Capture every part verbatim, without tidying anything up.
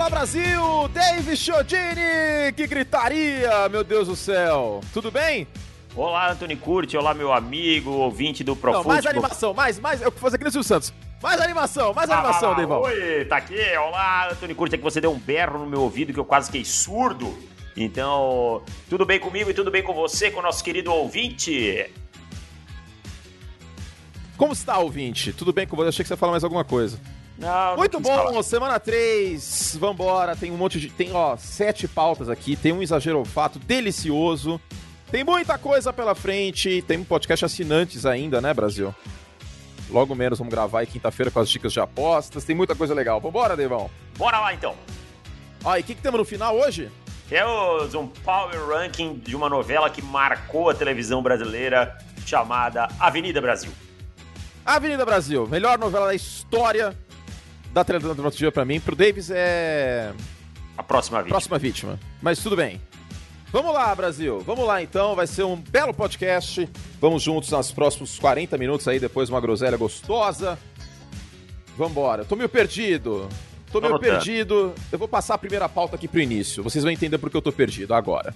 Fala Brasil, Dave Chiodini, que gritaria, meu Deus do céu, tudo bem? Olá, Anthony Curti, olá, meu amigo, ouvinte do Pro Não, Football. mais animação, mais, mais, eu vou fazer aqui no Silvio Santos, mais animação, mais Ah, animação, ah, Deivão. Oi, tá aqui, olá, Anthony Curti, é que você deu um berro no meu ouvido que eu quase fiquei surdo, então, tudo bem comigo e tudo bem com você, com o nosso querido ouvinte? Como está, ouvinte? Tudo bem com você? Achei que você ia falar mais alguma coisa. Não, Muito não bom, falar. semana três, vambora, tem um monte de... Tem, ó, sete pautas aqui, tem um exagero fato delicioso, tem muita coisa pela frente, tem um podcast assinantes ainda, né, Brasil? Logo menos vamos gravar aí quinta-feira com as dicas de apostas, tem muita coisa legal. Vambora, Deivão? Bora lá, então. Ó, e o que, que temos no final hoje? Temos um Power Ranking de uma novela que marcou a televisão brasileira, chamada Avenida Brasil. Avenida Brasil, melhor novela da história da teledramaturgia pra mim. Pro Davis é... A próxima vítima. Próxima vítima, mas tudo bem. Vamos lá, Brasil, vamos lá então, vai ser um belo podcast. Vamos juntos nos próximos quarenta minutos aí, depois uma groselha gostosa. Vambora, tô meio perdido, tô meio Vamos perdido. Eu vou passar a primeira pauta aqui pro início, vocês vão entender porque eu tô perdido agora.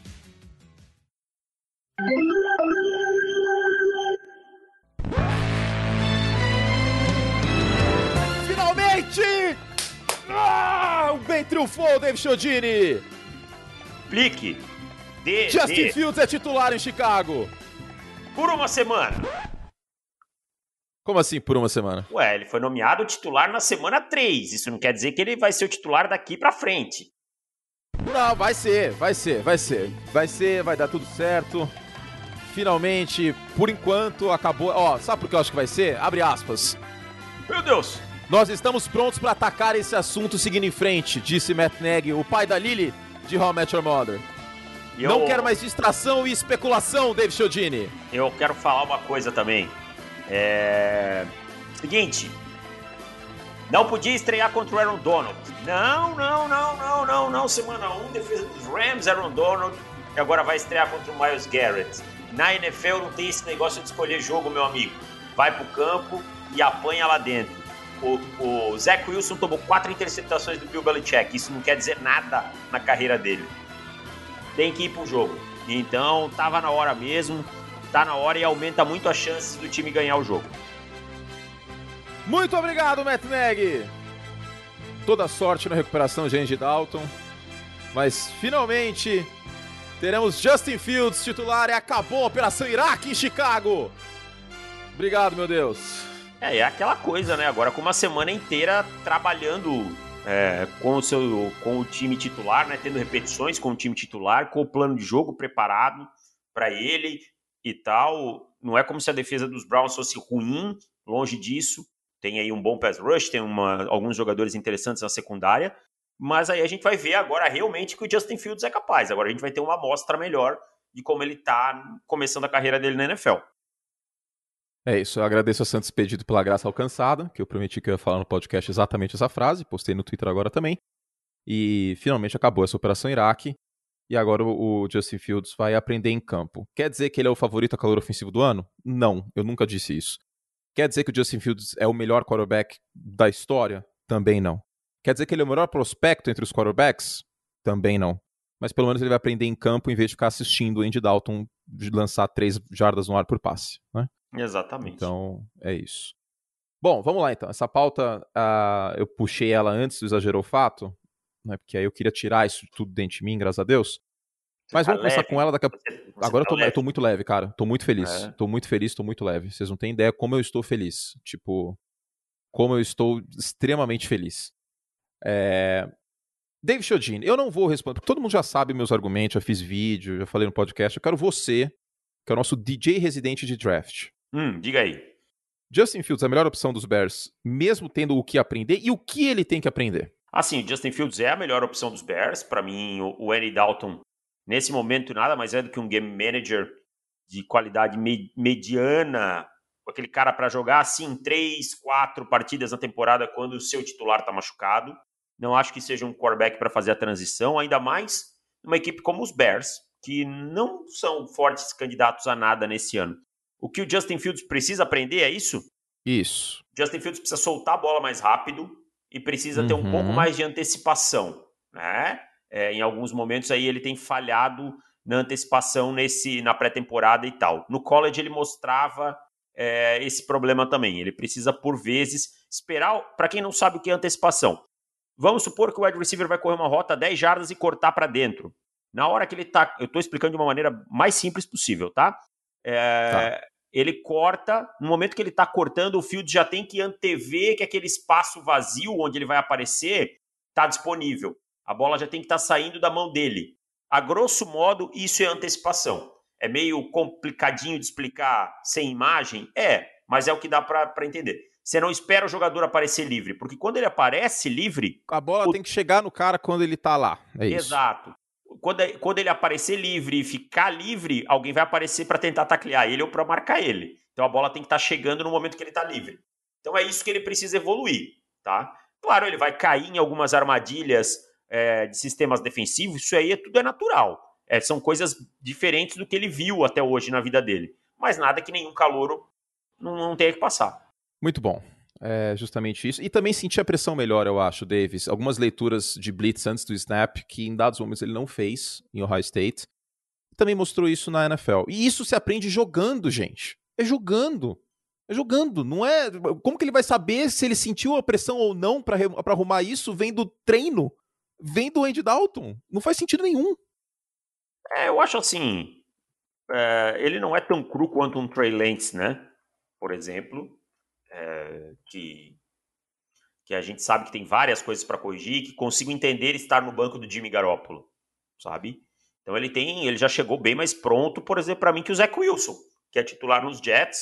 Finalmente! Ah, o bem triunfou, Dave Chiodini! Plique. De, Justin de, Fields é titular em Chicago. por uma semana. Como assim, por uma semana? Ué, ele foi nomeado titular na semana três. Isso não quer dizer que ele vai ser o titular daqui pra frente. Não, vai ser, vai ser, vai ser. Vai ser, vai dar tudo certo. Finalmente, por enquanto, acabou... Ó, sabe por que eu acho que vai ser? Abre aspas. Meu Deus! Nós estamos prontos para atacar esse assunto seguindo em frente, disse Matt Nagy, o pai da Lily de How I Met Your Mother. Eu, Não quero mais distração e especulação, Dave Chiodini. Eu quero falar uma coisa também. É... Seguinte. Não podia estrear contra o Aaron Donald. Não, não, não, não, não, não. Semana um, defesa dos Rams, Aaron Donald. E agora vai estrear contra o Myles Garrett. Na N F L não tem esse negócio de escolher jogo, meu amigo. Vai pro campo e apanha lá dentro. O, o Zach Wilson tomou quatro interceptações do Bill Belichick. Isso não quer dizer nada na carreira dele. Tem que ir pro jogo. Então, tava na hora mesmo. Tá na hora e aumenta muito as chances do time ganhar o jogo. Muito obrigado, Matt Nagy. Toda sorte na recuperação de Andy Dalton. Mas, finalmente, teremos Justin Fields titular e acabou a Operação Iraque em Chicago. Obrigado, meu Deus. É, é aquela coisa, né? Agora com uma semana inteira trabalhando é, com, o seu, com o time titular, né? Tendo repetições com o time titular, com o plano de jogo preparado para ele e tal. Não é como se a defesa dos Browns fosse ruim, longe disso. Tem aí um bom pass rush, tem uma, alguns jogadores interessantes na secundária. Mas aí a gente vai ver agora realmente que o Justin Fields é capaz. Agora a gente vai ter uma amostra melhor de como ele tá começando a carreira dele na N F L. É isso, eu agradeço a Santos Pedido pela graça alcançada, que eu prometi que eu ia falar no podcast exatamente essa frase, postei no Twitter agora também, e finalmente acabou essa Operação Iraque, e agora o, o Justin Fields vai aprender em campo. Quer dizer que ele é o favorito a calor ofensivo do ano? Não, eu nunca disse isso. Quer dizer que o Justin Fields é o melhor quarterback da história? Também não. Quer dizer que ele é o melhor prospecto entre os quarterbacks? Também não. Mas pelo menos ele vai aprender em campo em vez de ficar assistindo o Andy Dalton lançar três jardas no ar por passe, né? Exatamente. Então, é isso. Bom, vamos lá então. Essa pauta, uh, eu puxei ela antes do Exagerou Fato, né, porque aí eu queria tirar isso tudo dentro de mim, graças a Deus. Mas tá vamos começar leve. com ela daqui a... Você, você Agora tá eu, tô, eu tô muito leve, cara. Tô muito feliz. É. Tô muito feliz, tô muito leve. Vocês não têm ideia como eu estou feliz. Tipo, como eu estou extremamente feliz. É... Dave Chiodini, eu não vou responder, porque todo mundo já sabe meus argumentos, já fiz vídeo, já falei no podcast. Eu quero você, que é o nosso D J residente de draft. Hum, diga aí. Justin Fields é a melhor opção dos Bears, mesmo tendo o que aprender, e o que ele tem que aprender? Assim, o Justin Fields é a melhor opção dos Bears. Para mim, o, o Andy Dalton, nesse momento, nada mais é do que um game manager de qualidade me, mediana, aquele cara para jogar, assim, três, quatro partidas na temporada quando o seu titular tá machucado. Não acho que seja um quarterback para fazer a transição, ainda mais numa equipe como os Bears, que não são fortes candidatos a nada nesse ano. O que o Justin Fields precisa aprender é isso? Isso. Justin Fields precisa soltar a bola mais rápido e precisa uhum. ter um pouco mais de antecipação. né? É, em alguns momentos aí ele tem falhado na antecipação nesse, na pré-temporada e tal. No college ele mostrava é, esse problema também. Ele precisa, por vezes, esperar... Para quem não sabe o que é antecipação, vamos supor que o wide receiver vai correr uma rota dez jardas e cortar para dentro. Na hora que ele tá... Eu estou explicando de uma maneira mais simples possível, tá? É, tá. Ele corta, no momento que ele está cortando, o field já tem que antever que aquele espaço vazio onde ele vai aparecer está disponível. A bola já tem que estar tá saindo da mão dele. A grosso modo, isso é antecipação. É meio complicadinho de explicar sem imagem? É, mas é o que dá para entender. Você não espera o jogador aparecer livre, porque quando ele aparece livre... A bola o... tem que chegar no cara quando ele tá lá, é isso. Exato. Quando, quando ele aparecer livre e ficar livre, alguém vai aparecer para tentar taclear ele ou para marcar ele. Então a bola tem que estar tá chegando no momento que ele está livre. Então é isso que ele precisa evoluir, tá? Claro, ele vai cair em algumas armadilhas é, de sistemas defensivos, isso aí é, tudo é natural. É, são coisas diferentes do que ele viu até hoje na vida dele. Mas nada que nenhum calouro não, não tenha que passar. Muito bom. É justamente isso. E também sentir a pressão melhor, eu acho, Davis. Algumas leituras de blitz antes do snap, que em dados momentos ele não fez em Ohio State. Também mostrou isso na N F L. E isso se aprende jogando, gente. É jogando. É jogando. Não é... Como que ele vai saber se ele sentiu a pressão ou não pra, pra arrumar isso? Vem do treino? Vem do Andy Dalton? Não faz sentido nenhum. É, eu acho assim... É, ele não é tão cru quanto um Trey Lance, né? Por exemplo... É, que, que a gente sabe que tem várias coisas para corrigir, que consigo entender estar no banco do Jimmy Garoppolo, sabe? Então ele tem, ele já chegou bem mais pronto, por exemplo, para mim, que o Zach Wilson, que é titular nos Jets,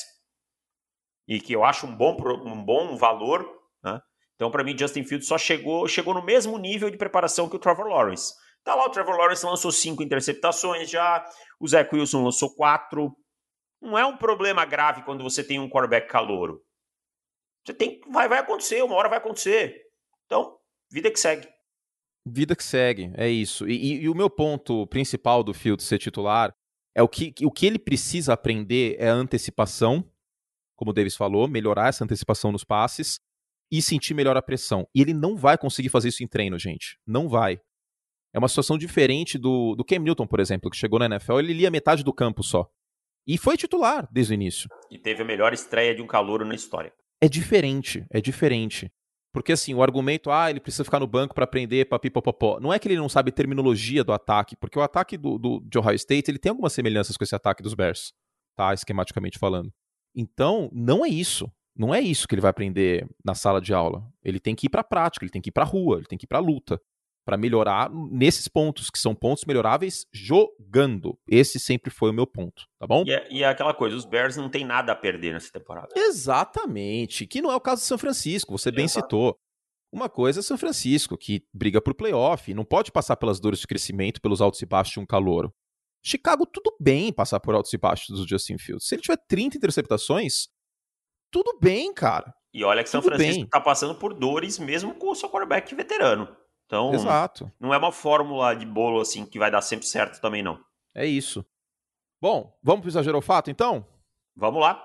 e que eu acho um bom, um bom valor, né? Então para mim Justin Fields só chegou, chegou no mesmo nível de preparação que o Trevor Lawrence. Tá lá, o Trevor Lawrence lançou cinco interceptações já, o Zach Wilson lançou quatro. Não é um problema grave quando você tem um quarterback calouro. Você tem, vai, vai acontecer, uma hora vai acontecer. Então, vida que segue. Vida que segue, é isso. E, e, e o meu ponto principal do Fields ser titular é o que, o que ele precisa aprender é a antecipação, como o Davis falou, melhorar essa antecipação nos passes e sentir melhor a pressão. E ele não vai conseguir fazer isso em treino, gente. Não vai. É uma situação diferente do, do Cam Newton, por exemplo, que chegou na N F L, ele lia metade do campo só. E foi titular desde o início. E teve a melhor estreia de um calouro na história. É diferente, é diferente. Porque assim, o argumento, ah, ele precisa ficar no banco para aprender, papipopopó. Não é que ele não sabe terminologia do ataque, porque o ataque do, do, de Ohio State, ele tem algumas semelhanças com esse ataque dos Bears, tá? Esquematicamente falando. Então, não é isso. Não é isso que ele vai aprender na sala de aula. Ele tem que ir pra prática, ele tem que ir pra rua, ele tem que ir pra luta. Para melhorar nesses pontos, que são pontos melhoráveis jogando. Esse sempre foi o meu ponto, tá bom? E é, e é aquela coisa, os Bears não tem nada a perder nessa temporada. Exatamente, que não é o caso de São Francisco, você bem Exato. citou. Uma coisa é São Francisco, que briga por playoff, não pode passar pelas dores de crescimento, pelos altos e baixos de um calouro. Chicago, tudo bem passar por altos e baixos do Justin Fields. Se ele tiver trinta interceptações, tudo bem, cara. E olha que São tudo Francisco bem. tá passando por dores mesmo com o seu quarterback veterano. Então, Exato. Não é uma fórmula de bolo assim que vai dar sempre certo também, não. É isso. Bom, vamos pro exagero ou fato, então? Vamos lá.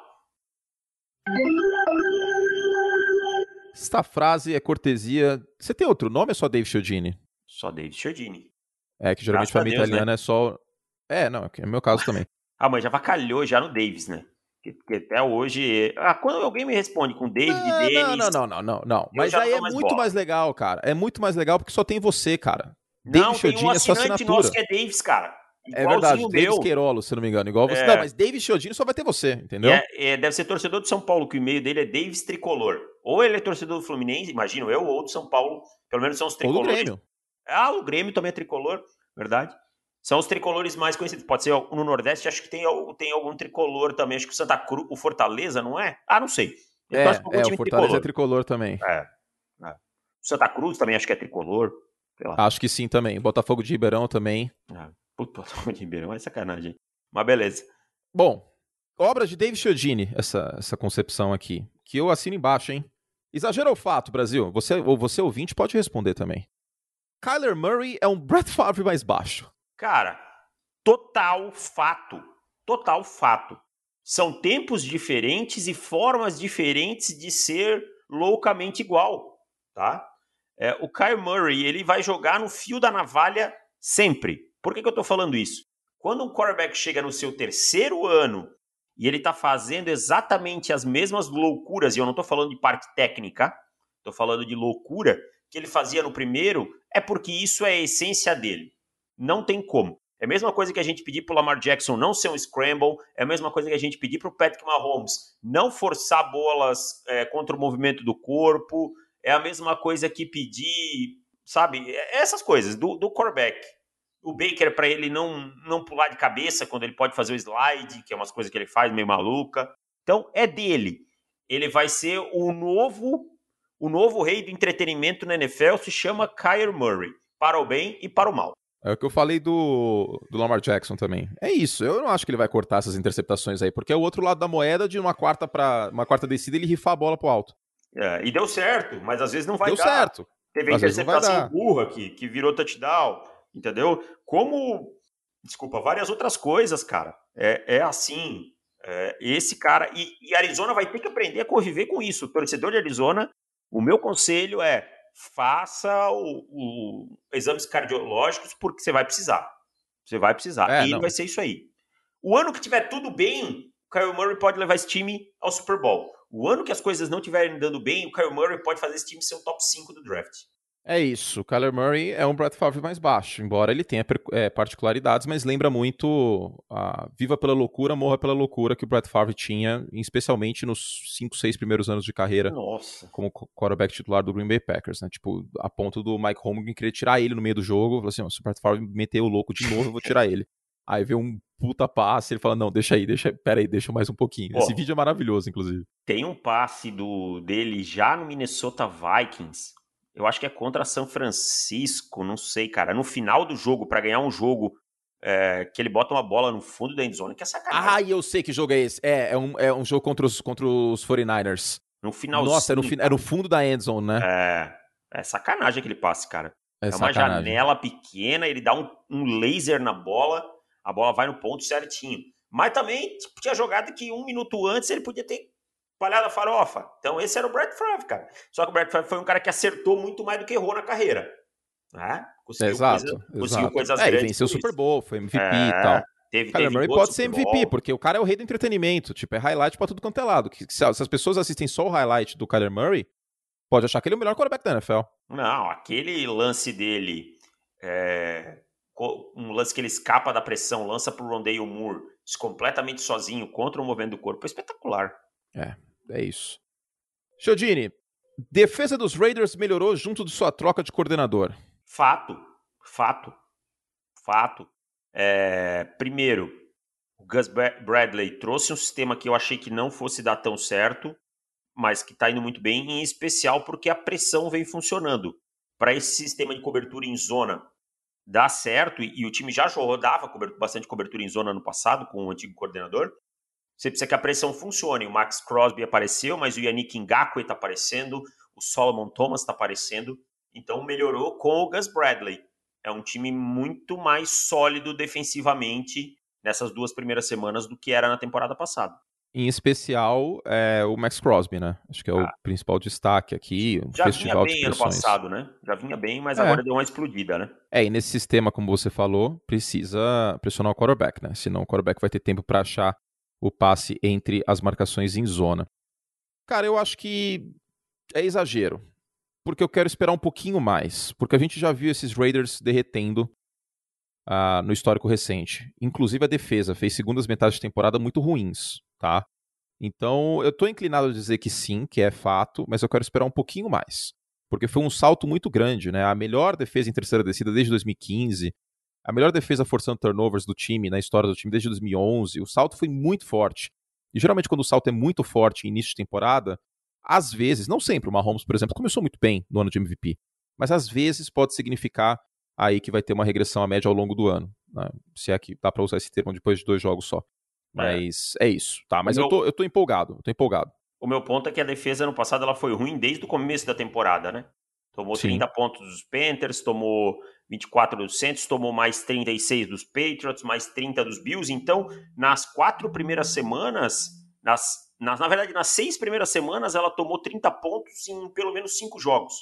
Esta frase é cortesia... Você tem outro nome ou é só Dave Chiodini? Só Dave Chiodini. É, que geralmente pra mim italiano né? é só... É, não, é meu caso também. Ah, mas já vacalhou já no Davis, né? Porque até hoje... Ah, quando alguém me responde com David, não, Dennis... Não, não, não, não, não. Mas aí é mais muito bola. mais legal, cara. É muito mais legal porque só tem você, cara. Não, Dave tem um Chiodini é sua assinante assinatura. nosso que é Davis, cara. É verdade, meu. Davis Queirolo, se não me engano. Igual você. É. Não, mas Davis Chiodini só vai ter você, entendeu? É, é, deve ser torcedor do São Paulo, que o e-mail dele é Davis Tricolor. Ou ele é torcedor do Fluminense, imagino eu, ou do São Paulo. Pelo menos são os tricolores. Ou do Grêmio. Ah, o Grêmio também é tricolor, verdade. São os tricolores mais conhecidos. Pode ser no Nordeste, acho que tem, tem algum tricolor também. Acho que o Santa Cruz, o Fortaleza, não é? Ah, não sei. É, é o Fortaleza tricolor. é tricolor também. É, é. O Santa Cruz também acho que é tricolor. Sei lá. Acho que sim também. Botafogo de Ribeirão também. Ah, puta, Botafogo de Ribeirão é sacanagem. Mas beleza. Bom, obra de Dave Chiodini, essa, essa concepção aqui. Que eu assino embaixo, hein? Exagero ou fato, Brasil? Você, ou você ouvinte pode responder também. Kyler Murray é um Brett Favre mais baixo. Cara, total fato. Total fato. São tempos diferentes e formas diferentes de ser loucamente igual, tá? É, o Kyler Murray, ele vai jogar no fio da navalha sempre. Por que, que eu tô falando isso? Quando um quarterback chega no seu terceiro ano e ele tá fazendo exatamente as mesmas loucuras, e eu não tô falando de parte técnica, tô falando de loucura, que ele fazia no primeiro, é porque isso é a essência dele. Não tem como. É a mesma coisa que a gente pedir pro Lamar Jackson não ser um scramble, é a mesma coisa que a gente pedir pro Patrick Mahomes não forçar bolas é, contra o movimento do corpo, é a mesma coisa que pedir, sabe, essas coisas do, do quarterback. O Baker, para ele não, não pular de cabeça quando ele pode fazer o slide, que é umas coisas que ele faz meio maluca. Então, é dele. Ele vai ser o novo, o novo rei do entretenimento na N F L, se chama Kyler Murray, para o bem e para o mal. É o que eu falei do, do Lamar Jackson também. É isso, eu não acho que ele vai cortar essas interceptações aí, porque é o outro lado da moeda de uma quarta, pra, uma quarta descida ele rifar a bola pro alto. É, e deu certo, mas às vezes não vai deu dar. Deu certo. Teve a interceptação burra que, que virou touchdown, entendeu? Como, desculpa, várias outras coisas, cara. É, é assim, é, esse cara... E, e Arizona vai ter que aprender a conviver com isso. O torcedor de Arizona, o meu conselho é faça o, o exames cardiológicos porque você vai precisar. Você vai precisar. É, e não. vai ser isso aí. O ano que tiver tudo bem, o Kyler Murray pode levar esse time ao Super Bowl. O ano que as coisas não estiverem dando bem, o Kyler Murray pode fazer esse time ser o top cinco do draft. É isso, o Kyler Murray é um Brett Favre mais baixo, embora ele tenha é, particularidades, mas lembra muito a viva pela loucura, morra pela loucura que o Brett Favre tinha, especialmente nos cinco, seis primeiros anos de carreira. Nossa. Como quarterback titular do Green Bay Packers, né? Tipo, a ponto do Mike Holmgren querer tirar ele no meio do jogo, falou assim, oh, se o Brett Favre meter o louco de novo, eu vou tirar ele. Aí vê um puta passe, ele fala, não, deixa aí, deixa, pera aí, deixa mais um pouquinho. Esse oh, vídeo é maravilhoso, inclusive. Tem um passe do, dele já no Minnesota Vikings, eu acho que é contra São Francisco, não sei, cara. No final do jogo, pra ganhar um jogo, é, que ele bota uma bola no fundo da endzone, que é sacanagem. Ah, eu sei que jogo é esse. É, é um, é um jogo contra os, contra os quarenta-niners. No final. Nossa, é no, é no fundo da endzone, né? É, é sacanagem aquele passe, cara. É, é uma sacanagem. janela pequena, ele dá um, um laser na bola, a bola vai no ponto certinho. Mas também tipo, tinha jogado que um minuto antes ele podia ter palhado a farofa. Então esse era o Brett Favre, cara. Só que o Brett Favre foi um cara que acertou muito mais do que errou na carreira. Né? Conseguiu, exato, coisa, exato. conseguiu coisas é, grandes. E venceu o Super Bowl, foi M V P é, e tal. Teve, Kyler teve Murray pode ser M V P, porque o cara é o rei do entretenimento. Tipo, é highlight pra tudo quanto é lado. Se as pessoas assistem só o highlight do Kyler Murray, pode achar que ele é o melhor quarterback da N F L. Não, aquele lance dele, é, um lance que ele escapa da pressão, lança pro Rondale Moore completamente sozinho contra o movimento do corpo, é espetacular. É, é isso. Chiodini, defesa dos Raiders melhorou junto de sua troca de coordenador. Fato, fato, fato. É, primeiro, o Gus Bradley trouxe um sistema que eu achei que não fosse dar tão certo, mas que está indo muito bem, em especial porque a pressão vem funcionando. Para esse sistema de cobertura em zona dar certo, e, e o time já rodava cobertura, bastante cobertura em zona no passado com o antigo coordenador, você precisa que a pressão funcione. O Max Crosby apareceu, mas o Yannick Ngakoue está aparecendo, o Solomon Thomas está aparecendo, então melhorou com o Gus Bradley. É um time muito mais sólido defensivamente nessas duas primeiras semanas do que era na temporada passada. Em especial, é, o Max Crosby, né? Acho que é o ah. principal destaque aqui. Um Já festival vinha bem ano passado, né? Já vinha bem, mas é. agora deu uma explodida, né? É, e nesse sistema, como você falou, precisa pressionar o quarterback, né? Senão o quarterback vai ter tempo para achar o passe entre as marcações em zona. Cara, eu acho que é exagero. Porque eu quero esperar um pouquinho mais. Porque a gente já viu esses Raiders derretendo uh, no histórico recente. Inclusive a defesa fez segundas metades de temporada muito ruins, tá? Então eu tô inclinado a dizer que sim, que é fato, mas eu quero esperar um pouquinho mais. Porque foi um salto muito grande, né? A melhor defesa em terceira descida desde dois mil e quinze, a melhor defesa forçando turnovers do time, na história do time desde dois mil e onze, o salto foi muito forte. E geralmente quando o salto é muito forte em início de temporada, às vezes, não sempre, o Mahomes, por exemplo, começou muito bem no ano de M V P, mas às vezes pode significar aí que vai ter uma regressão à média ao longo do ano, né? Se é que dá pra usar esse termo depois de dois jogos só. Mas é, é isso, tá? Mas eu, meu... tô, eu tô empolgado, eu tô empolgado. O meu ponto é que a defesa no passado ela foi ruim desde o começo da temporada, né? Tomou Sim. trinta pontos dos Panthers, tomou vinte e quatro dos Saints, tomou mais trinta e seis dos Patriots, mais trinta dos Bills. Então, nas quatro primeiras semanas, nas, nas, na verdade, nas seis primeiras semanas, ela tomou trinta pontos em pelo menos cinco jogos.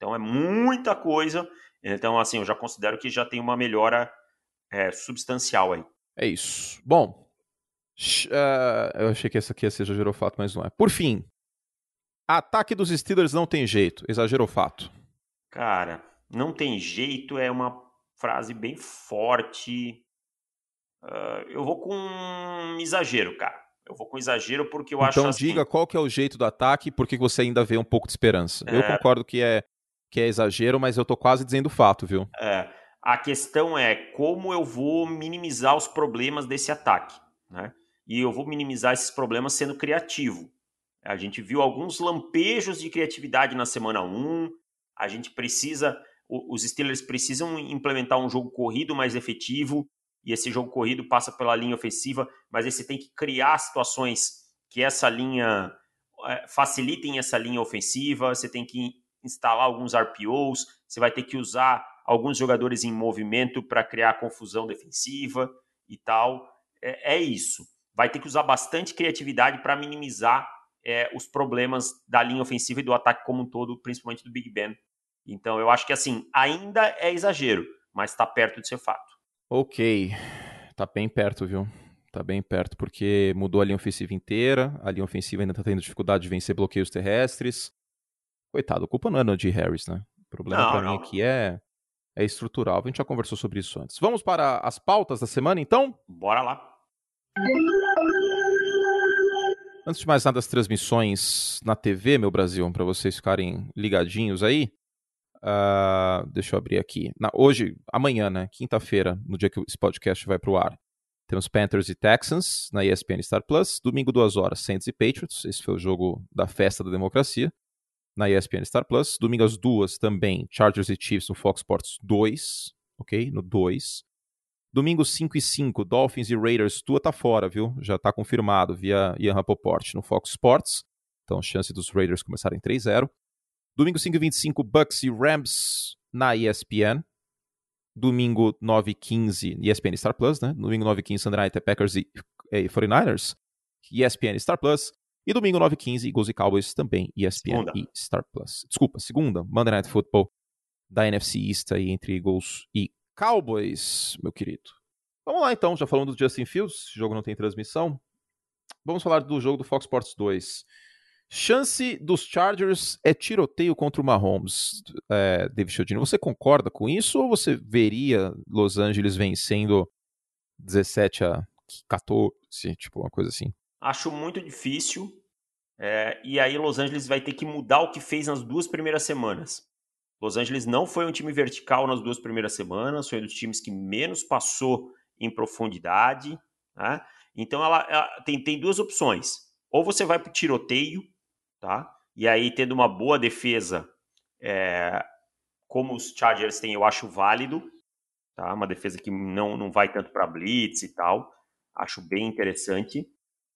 Então é muita coisa. Então, assim, eu já considero que já tem uma melhora é, substancial aí. É isso. Bom, uh, eu achei que essa aqui ia ser exagero fato, mas não é. Por fim, ataque dos Steelers não tem jeito. Exagero fato. Cara, não tem jeito é uma frase bem forte. Uh, eu vou com exagero, cara. Eu vou com exagero porque eu então, acho assim... Então diga qual que é o jeito do ataque e por que você ainda vê um pouco de esperança. É... Eu concordo que é, que é exagero, mas eu tô quase dizendo fato, viu? É, a questão é como eu vou minimizar os problemas desse ataque, né? E eu vou minimizar esses problemas sendo criativo. A gente viu alguns lampejos de criatividade na semana um. A gente precisa... Os Steelers precisam implementar um jogo corrido mais efetivo. E esse jogo corrido passa pela linha ofensiva, mas aí você tem que criar situações que essa linha é, facilitem essa linha ofensiva, você tem que instalar alguns R P Os, você vai ter que usar alguns jogadores em movimento para criar confusão defensiva e tal. É, é isso. Vai ter que usar bastante criatividade para minimizar é, os problemas da linha ofensiva e do ataque como um todo, principalmente do Big Ben. Então eu acho que assim, ainda é exagero, mas está perto de ser fato. Ok, tá bem perto, viu? Tá bem perto, porque mudou a linha ofensiva inteira, a linha ofensiva ainda tá tendo dificuldade de vencer bloqueios terrestres. Coitado, a culpa não é no Najee Harris, né? O problema para mim aqui é, é estrutural. A gente já conversou sobre isso antes. Vamos para as pautas da semana, então? Bora lá. Antes de mais nada, as transmissões na T V, meu Brasil, para vocês ficarem ligadinhos aí. Uh, deixa eu abrir aqui. Na, hoje, amanhã, né? Quinta-feira, no dia que esse podcast vai pro ar, temos Panthers e Texans na E S P N Star Plus. Domingo, duas horas, Saints e Patriots. Esse foi o jogo da festa da democracia na E S P N Star Plus. Domingo às duas também, Chargers e Chiefs no Fox Sports dois, ok? No dois. Domingo cinco e cinco, Dolphins e Raiders. Tua tá fora, viu? Já tá confirmado via Ian Rapoport no Fox Sports. Então, chance dos Raiders começarem três a zero. Domingo cinco e vinte e cinco, Bucks e Rams na E S P N. Domingo nove e quinze, E S P N Star Plus, né? Domingo nove e quinze, Sunday Night, Packers e, e forty-niners, E S P N Star Plus. E domingo nove e quinze, Eagles e Cowboys também, E S P N segunda. E Star Plus. Desculpa, segunda, Monday Night Football da N F C East aí entre Eagles e Cowboys, meu querido. Vamos lá então, já falando do Justin Fields, esse jogo não tem transmissão. Vamos falar do jogo do Fox Sports dois. Chance dos Chargers é tiroteio contra o Mahomes, é, David Chiodini. Você concorda com isso ou você veria Los Angeles vencendo dezessete a quatorze, tipo uma coisa assim? Acho muito difícil. É, e aí Los Angeles vai ter que mudar o que fez nas duas primeiras semanas. Los Angeles não foi um time vertical nas duas primeiras semanas, foi um dos times que menos passou em profundidade. Né? Então ela, ela tem, tem duas opções. Ou você vai para o tiroteio, tá? E aí tendo uma boa defesa, é, como os Chargers têm, eu acho válido. Tá? Uma defesa que não, não vai tanto para blitz e tal. Acho bem interessante.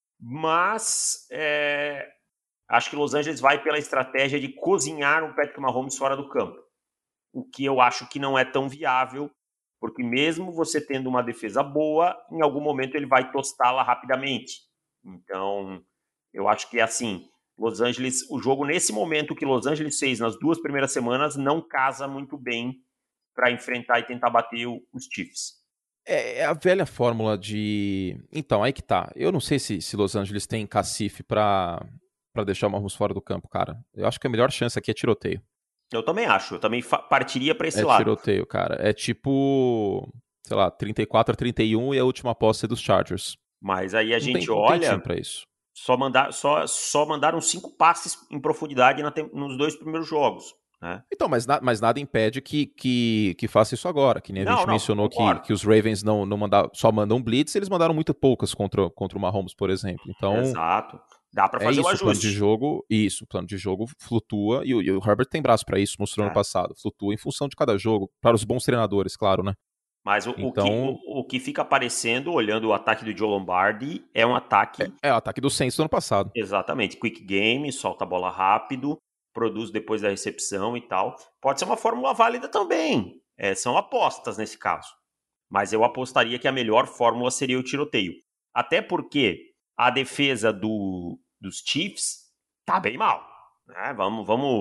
Mas é, acho que Los Angeles vai pela estratégia de cozinhar o Patrick Mahomes fora do campo. O que eu acho que não é tão viável, porque mesmo você tendo uma defesa boa, em algum momento ele vai tostá-la rapidamente. Então, eu acho que é assim, Los Angeles, o jogo nesse momento que Los Angeles fez nas duas primeiras semanas não casa muito bem para enfrentar e tentar bater os Chiefs. É a velha fórmula de... Então, aí que tá. Eu não sei se, se Los Angeles tem cacife pra, pra deixar o Mahomes fora do campo, cara. Eu acho que a melhor chance aqui é tiroteio. Eu também acho. Eu também partiria pra esse é lado. É tiroteio, cara. É tipo, sei lá, trinta e quatro a trinta e um e a última posse é dos Chargers. Mas aí a não gente tem, olha... Não tem time pra isso. Só, mandar, só, só mandaram cinco passes em profundidade na, nos dois primeiros jogos. Né? Então, mas, na, mas nada impede que, que, que faça isso agora. Que nem a não, gente não, mencionou que, que os Ravens não, não mandam, só mandam blitz, eles mandaram muito poucas contra, contra o Mahomes, por exemplo. Então, exato. Dá pra fazer é isso, o ajuste. O plano de jogo, isso, o plano de jogo flutua, e o, e o Herbert tem braço pra isso, mostrou é. ano passado. Flutua em função de cada jogo, para os bons treinadores, claro, né? Mas o, então, o, que, o, o que fica aparecendo, olhando o ataque do Joe Lombardi, é um ataque... É, é o ataque do Saints do ano passado. Exatamente. Quick game, solta a bola rápido, produz depois da recepção e tal. Pode ser uma fórmula válida também. É, são apostas nesse caso. Mas eu apostaria que a melhor fórmula seria o tiroteio. Até porque a defesa do, dos Chiefs tá bem mal. Né? Vamos, vamos,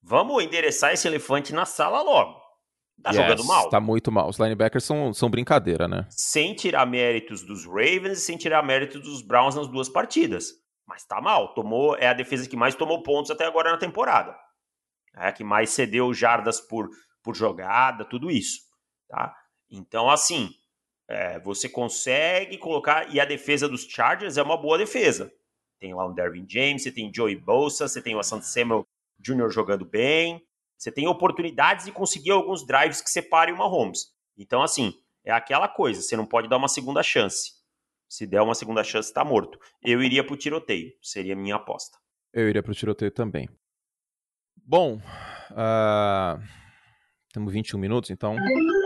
Vamos endereçar esse elefante na sala logo. Tá yes, jogando mal. Tá muito mal. Os linebackers são, são brincadeira, né? Sem tirar méritos dos Ravens e sem tirar méritos dos Browns nas duas partidas. Mas tá mal. Tomou, é a defesa que mais tomou pontos até agora na temporada. É a que mais cedeu jardas por, por jogada, tudo isso. Tá? Então, assim, é, você consegue colocar... E a defesa dos Chargers é uma boa defesa. Tem lá o Derwin James, você tem Joey Bosa, você tem o Asante Samuel Júnior jogando bem. Você tem oportunidades de conseguir alguns drives que separem o Mahomes. Então, assim, é aquela coisa. Você não pode dar uma segunda chance. Se der uma segunda chance, tá morto. Eu iria pro tiroteio. Seria a minha aposta. Eu iria pro tiroteio também. Bom, uh... temos vinte e um minutos, então...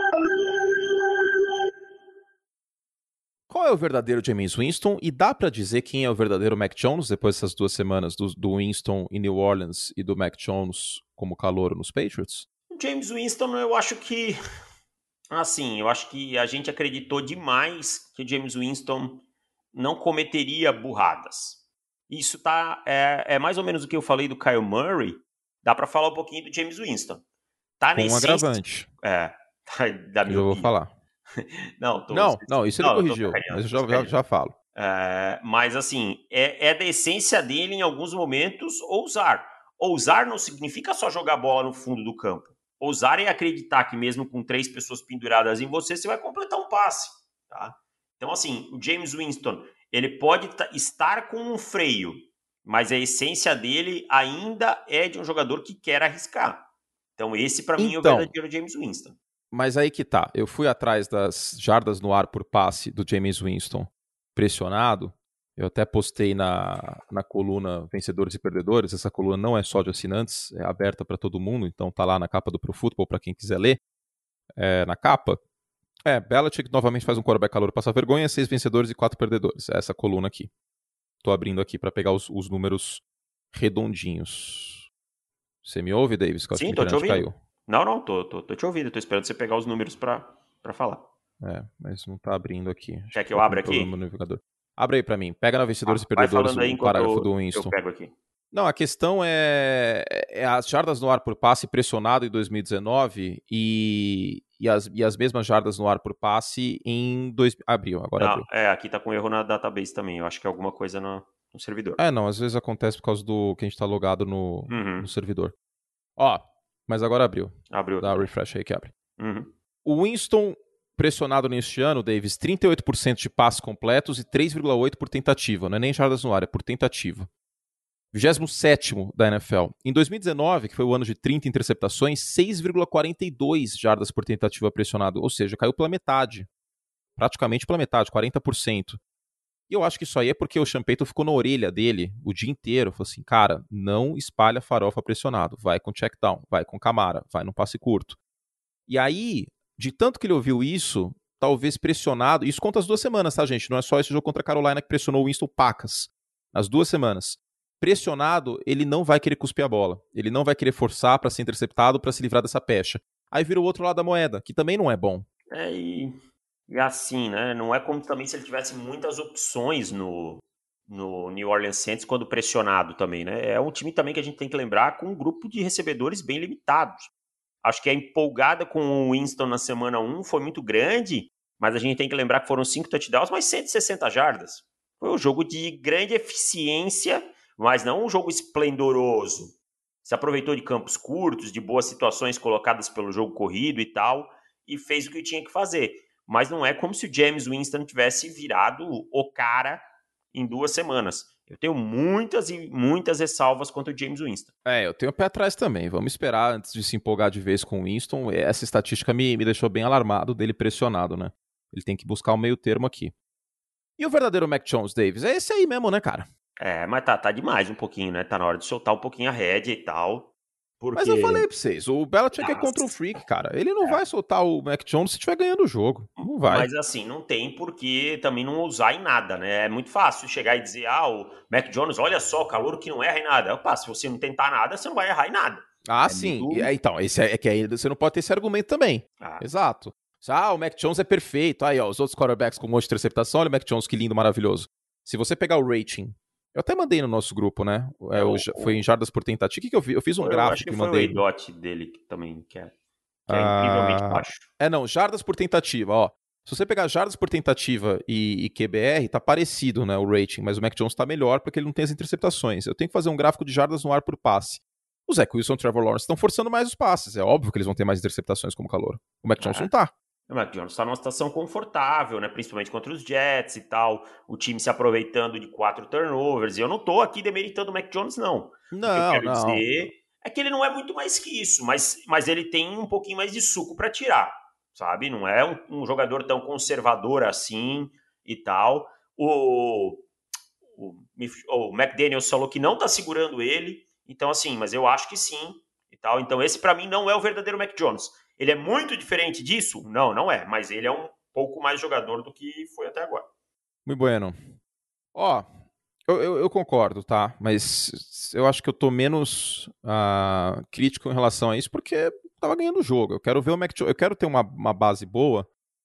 Qual é o verdadeiro Jameis Winston? E dá pra dizer quem é o verdadeiro Mac Jones depois dessas duas semanas do, do Winston em New Orleans e do Mac Jones como calouro nos Patriots? O James Winston, eu acho que... Assim, eu acho que a gente acreditou demais que o James Winston não cometeria burradas. Isso tá, é, é mais ou menos o que eu falei do Kyle Murray. Dá pra falar um pouquinho do James Winston. Tá Com um essência, agravante. É, da que eu vou falar. Não, tô, não, não, isso ele não, corrigiu, mas eu já, já, já falo. É, mas assim, é, é da essência dele em alguns momentos ousar. Ousar não significa só jogar bola no fundo do campo. Ousar é acreditar que mesmo com três pessoas penduradas em você, você vai completar um passe. Tá? Então assim, o James Winston, ele pode t- estar com um freio, mas a essência dele ainda é de um jogador que quer arriscar. Então esse para mim então, é o verdadeiro James Winston. Mas aí que tá, eu fui atrás das jardas no ar por passe do Jameis Winston pressionado, eu até postei na, na coluna Vencedores e Perdedores, essa coluna não é só de assinantes, é aberta para todo mundo, então tá lá na capa do Pro Football para quem quiser ler, é, na capa, é, Belichick novamente faz um quarterback calor passar vergonha, seis vencedores e quatro perdedores, é essa coluna aqui. Tô abrindo aqui para pegar os, os números redondinhos. Você me ouve, Davis? Que eu acho Sim, que a tô te ouvindo. caiu. Não, não, tô, tô, tô te ouvindo, tô esperando você pegar os números pra, pra falar. É, mas não tá abrindo aqui. Acho Quer que eu abra aqui? No navegador. Abre aí pra mim, pega na Vencedores ah, e Perdedores aí o parágrafo do eu Winston. pego aqui. Não, a questão é, é as jardas no ar por passe pressionado em dois mil e dezenove e, e, as, e as mesmas jardas no ar por passe em... Dois, abriu, agora não, abriu. É, aqui tá com erro na database também, eu acho que é alguma coisa no, no servidor. É, não, às vezes acontece por causa do que a gente tá logado no, uhum. no servidor. Ó, mas agora abriu. Abriu. Dá refresh aí que abre. Uhum. O Winston pressionado neste ano, Davis, trinta e oito por cento de passes completos e três vírgula oito por cento por tentativa. Não é nem jardas no ar, é por tentativa. vigésimo sétimo da N F L. Em dois mil e dezenove, que foi o ano de trinta interceptações, seis vírgula quarenta e dois jardas por tentativa pressionado. Ou seja, caiu pela metade. Praticamente pela metade, quarenta por cento. E eu acho que isso aí é porque o Sean Payton ficou na orelha dele o dia inteiro. Falou assim, cara, não espalha farofa pressionado. Vai com check down, vai com camara, vai no passe curto. E aí, de tanto que ele ouviu isso, talvez pressionado... Isso conta as duas semanas, tá, gente? Não é só esse jogo contra a Carolina que pressionou o Winston pacas. Nas duas semanas. Pressionado, ele não vai querer cuspir a bola. Ele não vai querer forçar para ser interceptado, para se livrar dessa pecha. Aí vira o outro lado da moeda, que também não é bom. É, e, e assim, né? Não é como também se ele tivesse muitas opções no, no New Orleans Saints quando pressionado também, né? É um time também que a gente tem que lembrar com um grupo de recebedores bem limitados. Acho que a empolgada com o Winston na semana um foi muito grande, mas a gente tem que lembrar que foram cinco touchdowns, mas cento e sessenta jardas. Foi um jogo de grande eficiência, mas não um jogo esplendoroso. Se aproveitou de campos curtos, de boas situações colocadas pelo jogo corrido e tal, e fez o que tinha que fazer. Mas não é como se o James Winston tivesse virado o cara em duas semanas. Eu tenho muitas e muitas ressalvas contra o James Winston. É, eu tenho o pé atrás também. Vamos esperar antes de se empolgar de vez com o Winston. Essa estatística me, me deixou bem alarmado dele pressionado, né? Ele tem que buscar o meio termo aqui. E o verdadeiro Mac Jones, Davis? É esse aí mesmo, né, cara? É, mas tá, tá demais um pouquinho, né? Tá na hora de soltar um pouquinho a rédea e tal. Porque... Mas eu falei pra vocês, o Belichick Nossa. é contra o freak, cara. Ele não é. vai soltar o Mac Jones se estiver ganhando o jogo. Não vai. Mas assim, não tem porque também não usar em nada, né? É muito fácil chegar e dizer, ah, o Mac Jones, olha só, o calouro que não erra em nada. Opa, se você não tentar nada, você não vai errar em nada. Ah, é sim. muito... É, então, esse é, é que aí você não pode ter esse argumento também. Ah. Exato. Ah, o Mac Jones é perfeito. Aí, ó, os outros quarterbacks com um monte de interceptação, olha o Mac Jones, que lindo, maravilhoso. Se você pegar o rating Eu até mandei no nosso grupo, né? É, o, foi em jardas por tentativa. O que, que eu fiz? Eu fiz um eu gráfico acho que, que foi mandei. o A-Dot dele que também, que é, que é incrivelmente Ah, baixo. é, não, jardas por tentativa, ó. Se você pegar jardas por tentativa e, e Q B R, tá parecido, né, o rating, mas o Mac Jones tá melhor porque ele não tem as interceptações. Eu tenho que fazer um gráfico de jardas no ar por passe. O Zach Wilson e o Trevor Lawrence estão forçando mais os passes. É óbvio que eles vão ter mais interceptações como calor. O Mac Jones É. não tá. O Mac Jones está numa situação confortável, né? Principalmente contra os Jets e tal. O time se aproveitando de quatro turnovers. E eu não tô aqui demeritando o Mac Jones, não. Não, o que eu quero não. dizer é que ele não é muito mais que isso, mas, mas ele tem um pouquinho mais de suco para tirar, sabe? Não é um, um jogador tão conservador assim e tal. O, o, o McDaniels falou que não tá segurando ele, então assim, mas eu acho que sim e tal. Então esse para mim não é o verdadeiro Mac Jones. Ele é muito diferente disso? Não, não é, mas ele é um pouco mais jogador do que foi até agora. Muito bueno. Ó, eu, eu, eu concordo, tá? Mas eu acho que eu tô menos uh, crítico em relação a isso porque tava ganhando o jogo. Eu quero ver o Mac Jones, eu quero ter uma, uma base boa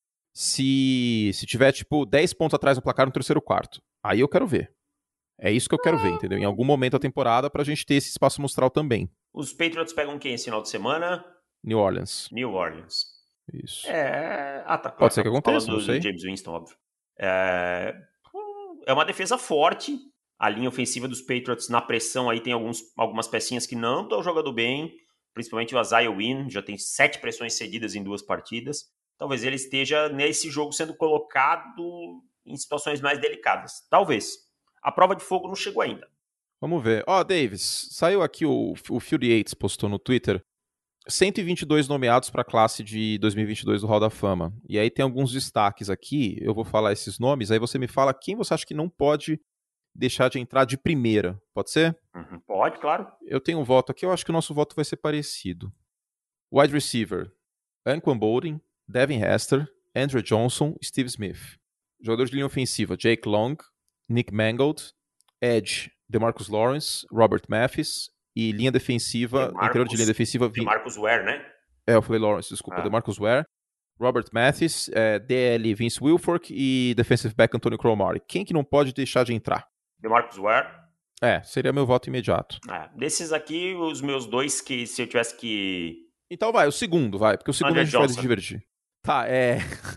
se, se tiver, tipo, dez pontos atrás no placar no terceiro quarto. Aí eu quero ver. É isso que eu quero ver, entendeu? Em algum momento da temporada pra gente ter esse espaço amostral também. Os Patriots pegam quem esse final de semana? New Orleans. New Orleans. Isso. É... Ah, tá. Pode ser que aconteça, do, não sei. do James Winston, óbvio. É... é uma defesa forte. A linha ofensiva dos Patriots na pressão aí tem alguns, algumas pecinhas que não estão jogando bem. Principalmente o Isaiah Wynn, já tem sete pressões cedidas em duas partidas. Talvez ele esteja nesse jogo sendo colocado em situações mais delicadas. Talvez. A prova de fogo não chegou ainda. Vamos ver. Ó, oh, Davis, saiu aqui o, o Fury Yates postou no Twitter cento e vinte e dois nomeados para a classe de dois mil e vinte e dois do Hall da Fama. E aí tem alguns destaques aqui, eu vou falar esses nomes, aí você me fala quem você acha que não pode deixar de entrar de primeira. Pode ser? Uhum, pode, claro. Eu tenho um voto aqui, eu acho que o nosso voto vai ser parecido. Wide receiver, Anquan Boldin, Devin Hester, Andrew Johnson, Steve Smith. Jogador de linha ofensiva, Jake Long, Nick Mangold, Edge, DeMarcus Lawrence, Robert Mathis, e linha defensiva, DeMarcus, interior de linha defensiva... DeMarcus Ware, né? É, eu falei Lawrence, desculpa. Ah. DeMarcus Ware, Robert Mathis, é, D L Vince Wilfork e defensive back Antonio Cromartie. Quem que não pode deixar de entrar? DeMarcus Ware. É, seria meu voto imediato. É, desses aqui, os meus dois que se eu tivesse que... Então vai, o segundo, vai, porque o segundo Andrew a gente Johnson. vai se divertir. Tá, é...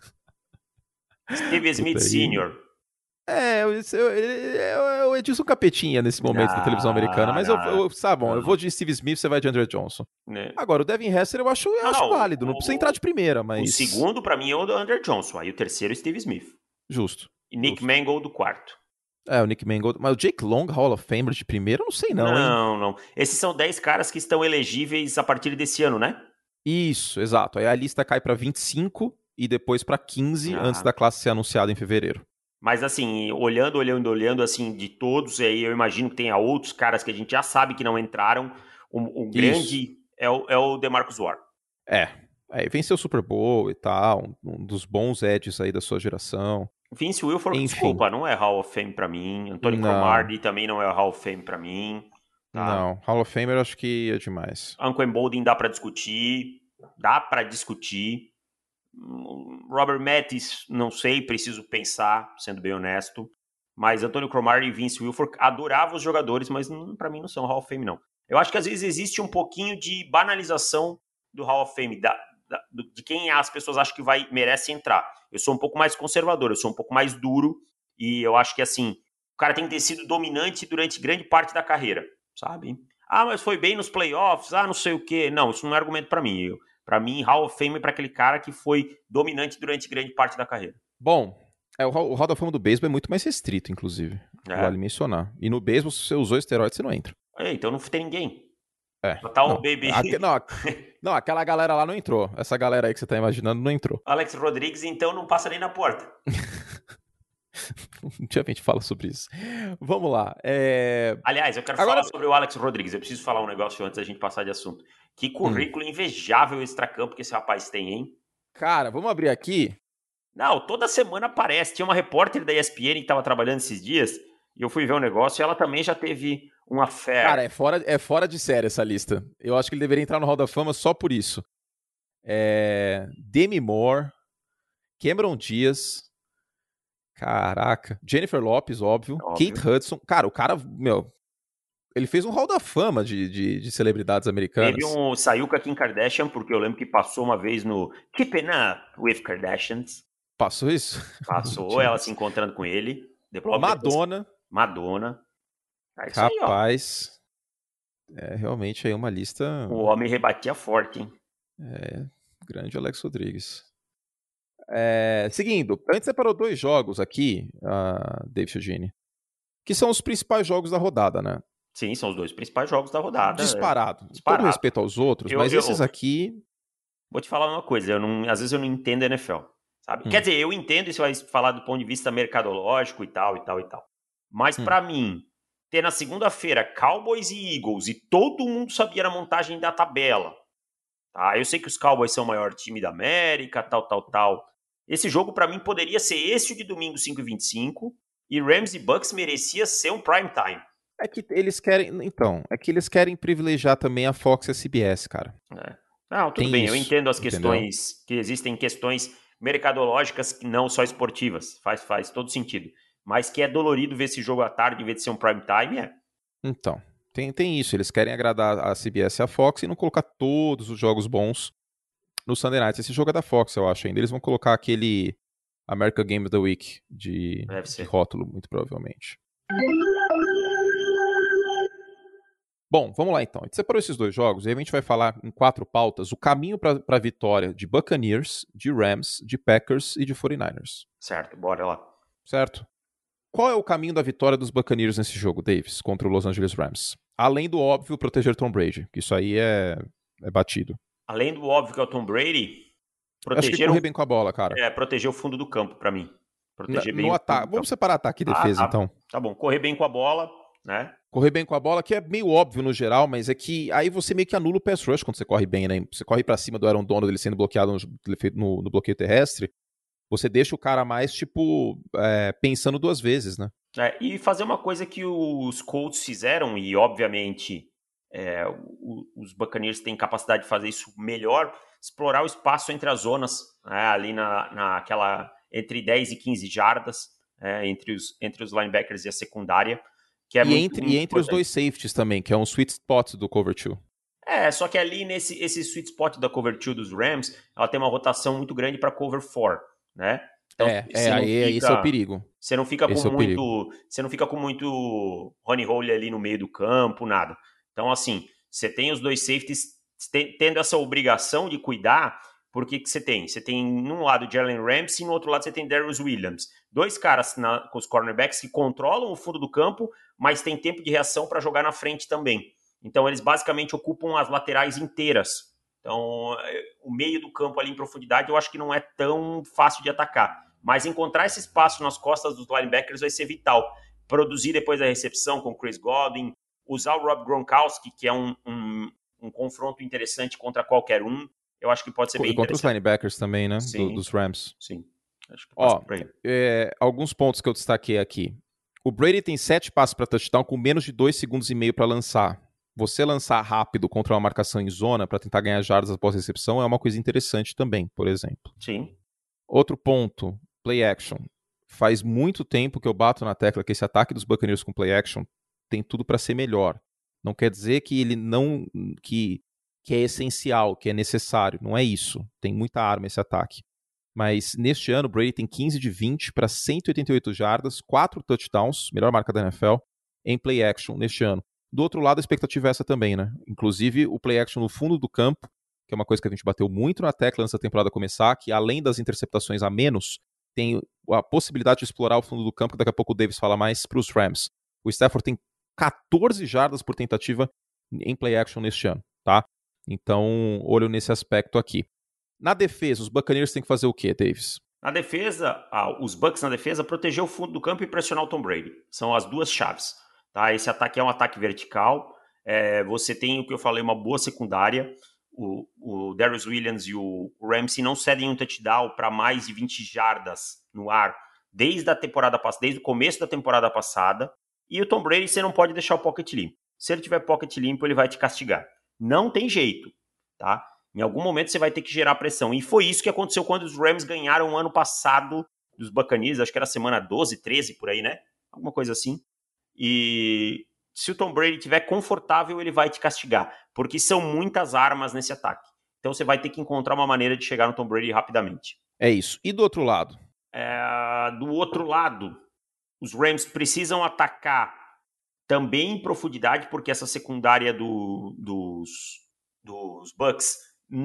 Steve Smith Sênior É, eu, eu, eu, eu Edilson Capetinha nesse momento ah, da televisão americana, mas não, eu, eu, sabe, bom, não. eu vou de Steve Smith, você vai de Andrew Johnson. Né? Agora, o Devin Hester eu acho, eu não, acho válido, não o, precisa entrar de primeira, mas... O segundo, pra mim, é o do Andrew Johnson, aí o terceiro é Steve Smith. Justo. E Nick justo. Mangold do quarto. É, o Nick Mangold, mas o Jake Long, Hall of Famer de primeiro, eu não sei não, não hein? Não, não. Esses são dez caras que estão elegíveis a partir desse ano, né? Isso, exato. Aí a lista cai pra vinte e cinco e depois pra quinze ah. antes da classe ser anunciada em fevereiro. Mas assim, olhando, olhando, olhando, assim, de todos, aí eu imagino que tenha outros caras que a gente já sabe que não entraram. O, o grande é o, é o DeMarcus Ware. É, aí venceu o Super Bowl e tal, um dos bons edges aí da sua geração. Vince Wilfork, desculpa, não é Hall of Fame pra mim. Antonio Cromartie também não é Hall of Fame pra mim. Tá? Não, Hall of Fame eu acho que é demais. Anquan Boldin dá pra discutir, dá pra discutir. Robert Mathis, não sei, preciso pensar, sendo bem honesto. Mas Antonio Cromartie e Vince Wilfork adoravam os jogadores, mas para mim não são Hall of Fame, não. Eu acho que às vezes existe um pouquinho de banalização do Hall of Fame, da, da, de quem as pessoas acham que vai, merece entrar. Eu sou um pouco mais conservador, eu sou um pouco mais duro, e eu acho que assim, o cara tem que ter sido dominante durante grande parte da carreira, sabe? Ah, mas foi bem nos playoffs, ah, não sei o quê. Não, isso não é argumento para mim. Eu, Pra mim, Hall of Fame é pra aquele cara que foi dominante durante grande parte da carreira. Bom, é, o Hall da Fama do beisebol é muito mais restrito, inclusive. É. Vale mencionar. E no beisebol, se você usou esteroide, você não entra. É, então não tem ninguém. É. Tá um não, baby. A, não, não, aquela galera lá não entrou. Essa galera aí que você tá imaginando não entrou. Alex Rodrigues, então, não passa nem na porta. Um dia a gente fala sobre isso. Vamos lá. É... Aliás, eu quero Agora... falar sobre o Alex Rodrigues. Eu preciso falar um negócio antes da gente passar de assunto. Que currículo hum. invejável extracampo que esse rapaz tem, hein? Cara, vamos abrir aqui. Não, toda semana aparece. Tinha uma repórter da E S P N que estava trabalhando esses dias e eu fui ver o um negócio e ela também já teve uma fé. Cara, é fora, é fora de série essa lista. Eu acho que ele deveria entrar no Hall da Fama só por isso. É... Demi Moore, Cameron Diaz, Caraca. Jennifer Lopez, óbvio. Óbvio. Kate Hudson. Cara, o cara, meu... Ele fez um hall da fama de, de, de celebridades americanas. Teve um... Saiu com a Kim Kardashian, porque eu lembro que passou uma vez no Keeping Up with Kardashians. Passou isso? Passou, ela se encontrando com ele. Depois, Madonna. Depois... Madonna. É isso Rapaz, aí, é realmente aí uma lista... O homem rebatia forte, hein? É, grande Alex Rodrigues. É, seguindo, a gente separou dois jogos aqui, uh, Dave Chiodini, que são os principais jogos da rodada, né? Sim, são os dois principais jogos da rodada. Disparado. É. Disparado. Todo respeito aos outros, eu, mas eu, esses aqui... Vou te falar uma coisa, eu não, às vezes eu não entendo a N F L, sabe? Hum. Quer dizer, eu entendo, isso vai falar do ponto de vista mercadológico e tal, e tal, e tal. Mas hum. pra mim, ter na segunda-feira Cowboys e Eagles, e todo mundo sabia na montagem da tabela, tá? Eu sei que os Cowboys são o maior time da América, tal, tal, tal. Esse jogo, pra mim, poderia ser esse de domingo, cinco e vinte e cinco, e Rams e Bucks merecia ser um prime time. É que eles querem, então, é que eles querem privilegiar também a Fox e a C B S, cara. É. Não, tudo Tem bem, isso, eu entendo as entendeu? questões, que existem questões mercadológicas que não só esportivas, faz, faz todo sentido. Mas que é dolorido ver esse jogo à tarde em vez de ser um prime time, é. Então, tem, tem isso, eles querem agradar a C B S e a Fox e não colocar todos os jogos bons no Sunday Night. Esse jogo é da Fox, eu acho ainda. Eles vão colocar aquele American Game of the Week de, de rótulo, muito provavelmente. Bom, vamos lá então. A gente separou esses dois jogos e aí a gente vai falar em quatro pautas o caminho para a vitória de Buccaneers, de Rams, de Packers e de forty-niners. Certo, bora lá. Certo. Qual é o caminho da vitória dos Buccaneers nesse jogo, Davis, contra o Los Angeles Rams? Além do óbvio, proteger Tom Brady, que isso aí é, é batido. Além do óbvio que é o Tom Brady, proteger... Acho que correr bem com a bola, cara. É, proteger o fundo do campo, pra mim. Proteger no, bem no o ataque. Vamos separar ataque e defesa, ah, tá. então. Tá bom, correr bem com a bola, né? Correr bem com a bola, que é meio óbvio no geral, mas é que aí você meio que anula o pass rush quando você corre bem, né? Você corre pra cima do Aaron Donald, ele sendo bloqueado no, no, no bloqueio terrestre, você deixa o cara mais, tipo, é, pensando duas vezes, né? É, e fazer uma coisa que os Colts fizeram, e obviamente é, os Buccaneers têm capacidade de fazer isso melhor, explorar o espaço entre as zonas, né, ali na, naquela, entre dez e quinze jardas, é, entre, os, entre os linebackers e a secundária. Que é e, muito, entre, muito e entre os dois safeties também, que é um sweet spot do cover two. É, só que ali nesse esse sweet spot da cover two dos Rams, ela tem uma rotação muito grande para cover four, né? Então, é, é aí fica, esse é o perigo. Você não fica esse com é muito, você não fica com muito honey hole ali no meio do campo, nada. Então assim, você tem os dois safeties tendo essa obrigação de cuidar. Porque que você tem? Você tem num lado Jalen Ramsey e no outro lado você tem Darius Williams. Dois caras na, com os cornerbacks que controlam o fundo do campo, mas tem tempo de reação para jogar na frente também. Então eles basicamente ocupam as laterais inteiras. Então o meio do campo ali em profundidade eu acho que não é tão fácil de atacar. Mas encontrar esse espaço nas costas dos linebackers vai ser vital. Produzir depois da recepção com o Chris Godwin, usar o Rob Gronkowski, que é um, um, um confronto interessante contra qualquer um. Eu acho que pode ser bem contra os linebackers também, né? Sim, do, dos Rams. Sim. Acho que Ó, é, alguns pontos que eu destaquei aqui. O Brady tem sete passos para touchdown com menos de dois segundos e meio para lançar. Você lançar rápido contra uma marcação em zona para tentar ganhar jardas após recepção é uma coisa interessante também, por exemplo. Sim. Outro ponto, play action. Faz muito tempo que eu bato na tecla que esse ataque dos Buccaneers com play action tem tudo para ser melhor. Não quer dizer que ele não... que que é essencial, que é necessário. Não é isso. Tem muita arma esse ataque. Mas neste ano, o Brady tem quinze de vinte para cento e oitenta e oito jardas, quatro touchdowns, melhor marca da N F L, em play action neste ano. Do outro lado, a expectativa é essa também, né? Inclusive, o play action no fundo do campo, que é uma coisa que a gente bateu muito na tecla antes da temporada começar, que além das interceptações a menos, tem a possibilidade de explorar o fundo do campo, que daqui a pouco o Davis fala mais, para os Rams. O Stafford tem catorze jardas por tentativa em play action neste ano, tá? Então, olho nesse aspecto aqui. Na defesa, os Buccaneers têm que fazer o quê, Davis? Na defesa, ah, os Bucks na defesa, proteger o fundo do campo e pressionar o Tom Brady. São as duas chaves. Tá? Esse ataque é um ataque vertical. É, você tem o que eu falei, uma boa secundária. O, o Darius Williams e o Ramsey não cedem um touchdown para mais de vinte jardas no ar desde a temporada passada, desde o começo da temporada passada. E o Tom Brady, você não pode deixar o pocket limpo. Se ele tiver pocket limpo, ele vai te castigar. Não tem jeito, tá? Em algum momento você vai ter que gerar pressão. E foi isso que aconteceu quando os Rams ganharam ano passado dos Buccaneers, acho que era semana doze, treze, por aí, né? Alguma coisa assim. E se o Tom Brady estiver confortável, ele vai te castigar, porque são muitas armas nesse ataque. Então você vai ter que encontrar uma maneira de chegar no Tom Brady rapidamente. É isso. E do outro lado? É, do outro lado, os Rams precisam atacar também em profundidade, porque essa secundária do, dos, dos Bucks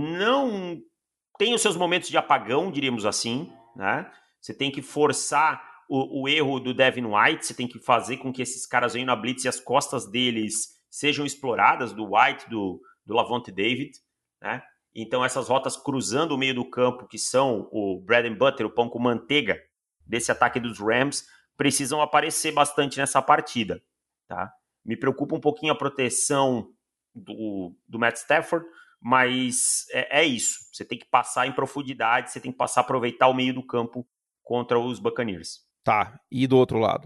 não tem os seus momentos de apagão, diríamos assim, né? Você tem que forçar o, o erro do Devin White, você tem que fazer com que esses caras venham na blitz e as costas deles sejam exploradas, do White, do, do Lavonte David, né? Então essas rotas cruzando o meio do campo, que são o bread and butter, o pão com manteiga desse ataque dos Rams, precisam aparecer bastante nessa partida, tá? Me preocupa um pouquinho a proteção do, do Matt Stafford, mas é, é isso. Você tem que passar em profundidade, você tem que passar a aproveitar o meio do campo contra os Buccaneers. Tá, e do outro lado?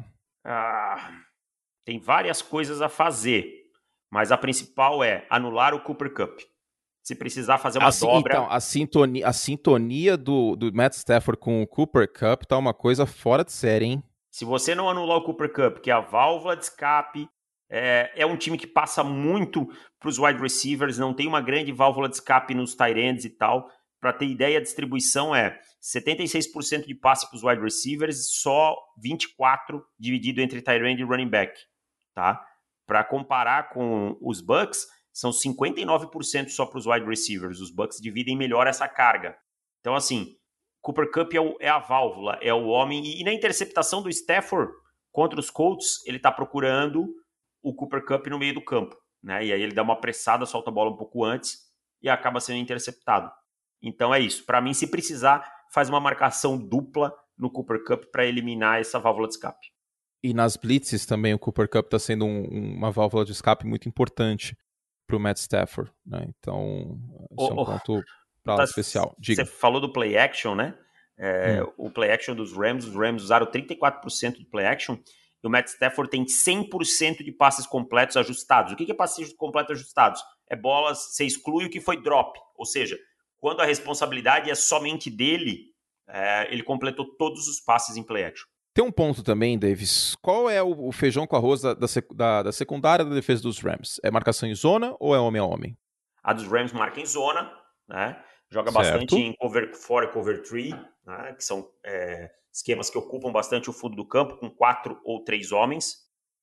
Ah, tem várias coisas a fazer, mas a principal é anular o Cooper Kupp. Se precisar fazer uma assim, dobra... Então, a sintonia, a sintonia do, do Matt Stafford com o Cooper Kupp tá uma coisa fora de série, hein? Se você não anular o Cooper Kupp, que é a válvula de escape, é, é um time que passa muito para os wide receivers, não tem uma grande válvula de escape nos tight ends e tal. Para ter ideia, a distribuição é setenta e seis por cento de passe para os wide receivers, só vinte e quatro por cento dividido entre tight end e running back. Tá? Para comparar com os Bucks, são cinquenta e nove por cento só para os wide receivers. Os Bucks dividem melhor essa carga. Então, assim, Cooper Kupp é, o, é a válvula, é o homem. E, e na interceptação do Stafford contra os Colts, ele está procurando o Cooper Kupp no meio do campo, né? E aí ele dá uma apressada, solta a bola um pouco antes e acaba sendo interceptado. Então é isso. Para mim, se precisar, faz uma marcação dupla no Cooper Kupp para eliminar essa válvula de escape. E nas blitzes também o Cooper Kupp está sendo um, uma válvula de escape muito importante para o Matt Stafford, né? Então, esse oh, é um ponto para tá, especial. Diga. Você falou do play action, né? É, hum. O play action dos Rams, os Rams usaram trinta e quatro por cento do play action e o Matt Stafford tem cem por cento de passes completos ajustados. O que é passes completos ajustados? É bolas, você exclui o que foi drop, ou seja, quando a responsabilidade é somente dele, é, ele completou todos os passes em play action. Tem um ponto também, Davis. Qual é o feijão com arroz da, da, da secundária da defesa dos Rams? É marcação em zona ou é homem a homem? A dos Rams marca em zona, né? Joga certo. Bastante em cover four e cover three, né? Que são é, esquemas que ocupam bastante o fundo do campo, com quatro ou três homens,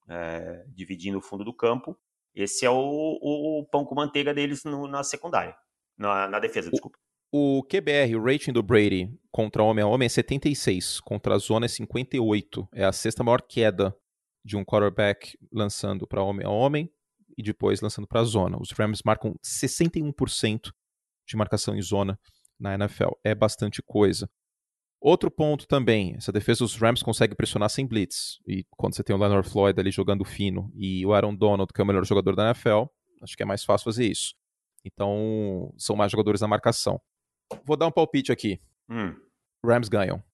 é, dividindo o fundo do campo. Esse é o, o, o pão com manteiga deles no, na secundária, na, na defesa, desculpa. O Q B R, o rating do Brady contra homem a homem é setenta e seis, contra a zona é cinquenta e oito. É a sexta maior queda de um quarterback lançando para homem a homem e depois lançando para a zona. Os Rams marcam sessenta e um por cento de marcação em zona na N F L. É bastante coisa. Outro ponto também, essa defesa dos Rams consegue pressionar sem blitz. E quando você tem o Leonard Floyd ali jogando fino e o Aaron Donald, que é o melhor jogador da N F L, acho que é mais fácil fazer isso. Então, são mais jogadores na marcação. Vou dar um palpite aqui. Hum. Rams ganham.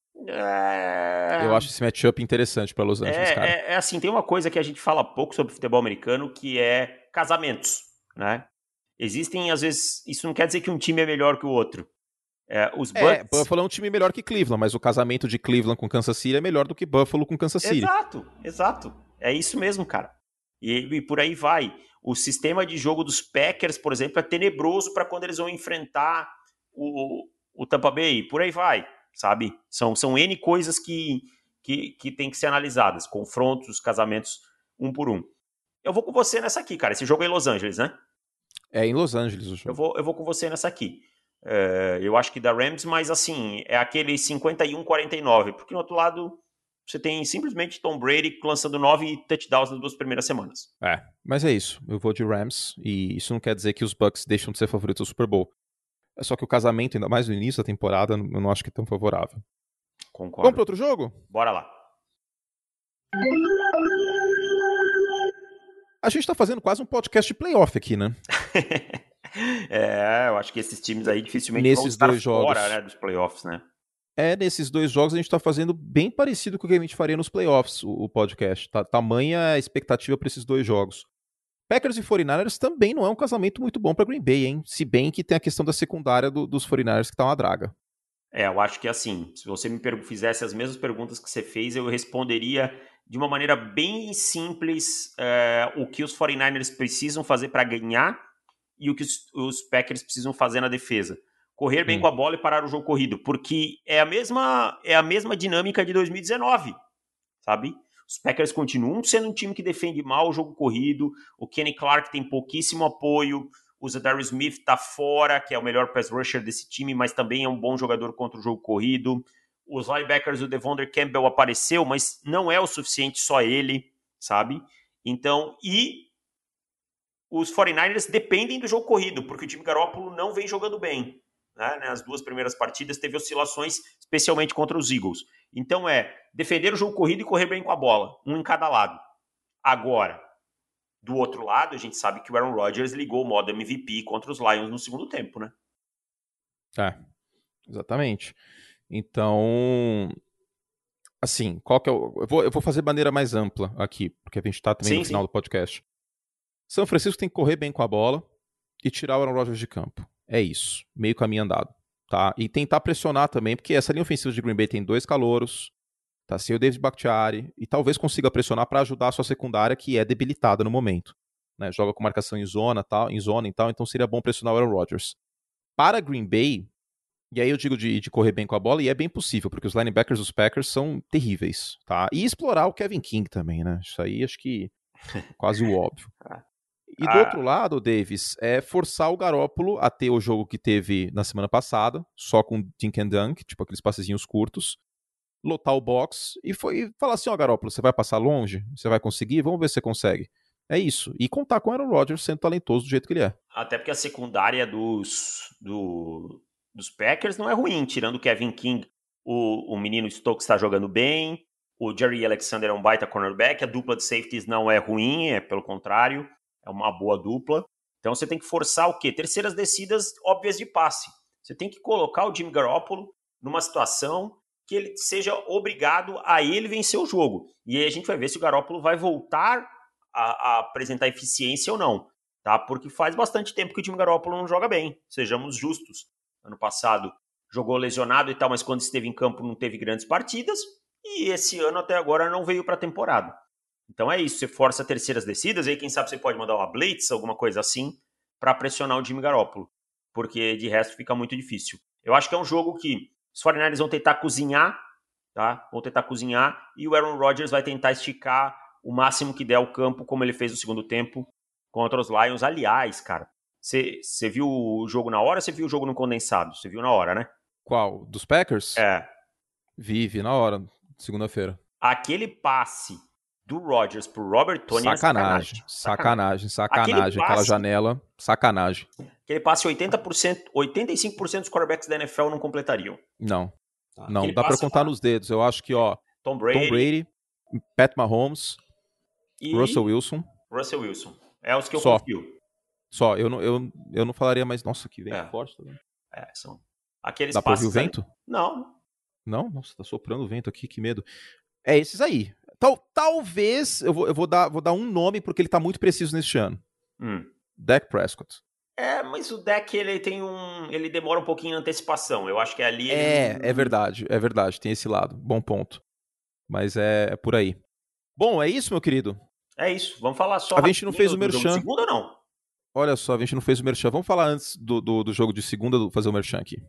É... Eu acho esse matchup interessante para Los Angeles, é, cara. É, é assim, tem uma coisa que a gente fala pouco sobre futebol americano, que é casamentos, né? Existem, às vezes, isso não quer dizer que um time é melhor que o outro. É, os Bucks... é, Buffalo é um time melhor que Cleveland, mas o casamento de Cleveland com Kansas City é melhor do que Buffalo com Kansas City. Exato, exato. É isso mesmo, cara. E, e por aí vai. O sistema de jogo dos Packers, por exemplo, é tenebroso para quando eles vão enfrentar o, o Tampa Bay, por aí vai, sabe? São, são N coisas que, que, que tem que ser analisadas, confrontos, casamentos, um por um. Eu vou com você nessa aqui, cara. Esse jogo é em Los Angeles, né? É em Los Angeles o jogo. Eu vou, eu vou com você nessa aqui. É, eu acho que da Rams, mas assim, é aquele cinquenta e um a quarenta e nove, porque no outro lado você tem simplesmente Tom Brady lançando nove touchdowns nas duas primeiras semanas. É, mas é isso. Eu vou de Rams e isso não quer dizer que os Bucks deixam de ser favoritos do Super Bowl. É só que o casamento, ainda mais no início da temporada, eu não acho que é tão favorável. Concordo. Vamos para outro jogo? Bora lá. A gente tá fazendo quase um podcast de playoff aqui, né? É, eu acho que esses times aí dificilmente nesses vão estar dois fora, jogos. né, dos playoffs, né? É, nesses dois jogos a gente tá fazendo bem parecido com o que a gente faria nos playoffs, o, o podcast. Tá, tamanha a expectativa para esses dois jogos. Packers e forty-niners também não é um casamento muito bom para Green Bay, hein? Se bem que tem a questão da secundária do, dos forty-niners que tá uma draga. É, eu acho que assim, se você me fizesse as mesmas perguntas que você fez, eu responderia de uma maneira bem simples é, o que os quarenta e nine ers precisam fazer para ganhar e o que os, os Packers precisam fazer na defesa. Correr bem hum. com a bola e parar o jogo corrido, porque é a mesma, é a mesma dinâmica de dois mil e dezenove, sabe? Os Packers continuam sendo um time que defende mal o jogo corrido, o Kenny Clark tem pouquíssimo apoio, o Zadarius Smith tá fora, que é o melhor pass rusher desse time, mas também é um bom jogador contra o jogo corrido. Os linebackers, o Devondre Campbell apareceu, mas não é o suficiente só ele, sabe? Então, e os quarenta e nine ers dependem do jogo corrido, porque o time Garoppolo não vem jogando bem. Né? Nas duas primeiras partidas teve oscilações, especialmente contra os Eagles. Então é defender o jogo corrido e correr bem com a bola, um em cada lado. Agora, do outro lado, a gente sabe que o Aaron Rodgers ligou o modo M V P contra os Lions no segundo tempo, né? É, exatamente. Então, assim, qual que é o... Eu vou, eu vou fazer de maneira mais ampla aqui, porque a gente tá também sim, no final sim. do podcast. São Francisco tem que correr bem com a bola e tirar o Aaron Rodgers de campo. É isso, meio caminho andado, tá? E tentar pressionar também, porque essa linha ofensiva de Green Bay tem dois calouros, tá? Sem o David Bakhtiari, e talvez consiga pressionar para ajudar a sua secundária, que é debilitada no momento, né? Joga com marcação em zona, tal, em zona e tal, então seria bom pressionar o Aaron Rodgers. Para Green Bay, e aí eu digo de, de correr bem com a bola, e é bem possível, porque os linebackers dos Packers são terríveis, tá? E explorar o Kevin King também, né? Isso aí acho que quase o óbvio. E do ah. outro lado, Davis, é forçar o Garoppolo a ter o jogo que teve na semana passada, só com dink and dunk, tipo aqueles passezinhos curtos, lotar o box e, foi, e falar assim, ó, Garoppolo, você vai passar longe? Você vai conseguir? Vamos ver se você consegue. É isso. E contar com o Aaron Rodgers sendo talentoso do jeito que ele é. Até porque a secundária dos, do, dos Packers não é ruim, tirando o Kevin King, o, o menino Stokes está jogando bem, o Jerry Alexander é um baita cornerback, a dupla de safeties não é ruim, é pelo contrário. É uma boa dupla. Então você tem que forçar o quê? Terceiras descidas óbvias de passe. Você tem que colocar o Jimmy Garoppolo numa situação que ele seja obrigado a ele vencer o jogo. E aí a gente vai ver se o Garoppolo vai voltar a, a apresentar eficiência ou não. Tá? Porque faz bastante tempo que o Jimmy Garoppolo não joga bem. Sejamos justos. Ano passado jogou lesionado e tal, mas quando esteve em campo não teve grandes partidas. E esse ano até agora não veio para a temporada. Então é isso, você força terceiras descidas, aí quem sabe você pode mandar uma blitz, alguma coisa assim, para pressionar o Jimmy Garoppolo, porque de resto fica muito difícil. Eu acho que é um jogo que os quarenta e nine ers vão tentar cozinhar, tá? Vão tentar cozinhar, e o Aaron Rodgers vai tentar esticar o máximo que der ao campo, como ele fez no segundo tempo contra os Lions. Aliás, cara, você viu o jogo na hora ou você viu o jogo no condensado? Você viu na hora, né? Qual? Dos Packers? É. Vi, vi na hora, segunda-feira. Aquele passe do Rodgers pro Robert Tonyan sacanagem, sacanagem, sacanagem, sacanagem, aquela janela, sacanagem. Aquele passe oitenta por cento, oitenta e cinco por cento dos quarterbacks da N F L não completariam. Não, tá. não, aquele dá pra contar lá nos dedos. Eu acho que, ó, Tom Brady, Tom Brady Pat Mahomes, e Russell Wilson. Russell Wilson, é os que eu Só. confio. Só, eu não, eu, eu não falaria mais, nossa, que vento é. forte. Tá vendo? É, são aqueles dá passes... Dá pra ouvir o vento? Não. Não? Nossa, tá soprando o vento aqui, que medo. É esses aí. Tal, talvez, eu, vou, eu vou, dar, vou dar um nome porque ele tá muito preciso neste ano. Hum. Dak Prescott. É, mas o Dak, ele tem um... ele demora um pouquinho na antecipação. Eu acho que ali... É, ele... é verdade, é verdade, tem esse lado. Bom ponto. Mas é, é por aí. Bom, é isso, meu querido? É isso, vamos falar só... A gente não fez o merchan. Segunda ou não? Olha só, a gente não fez o merchan. Vamos falar antes do, do, do jogo de segunda, do, fazer o merchan aqui.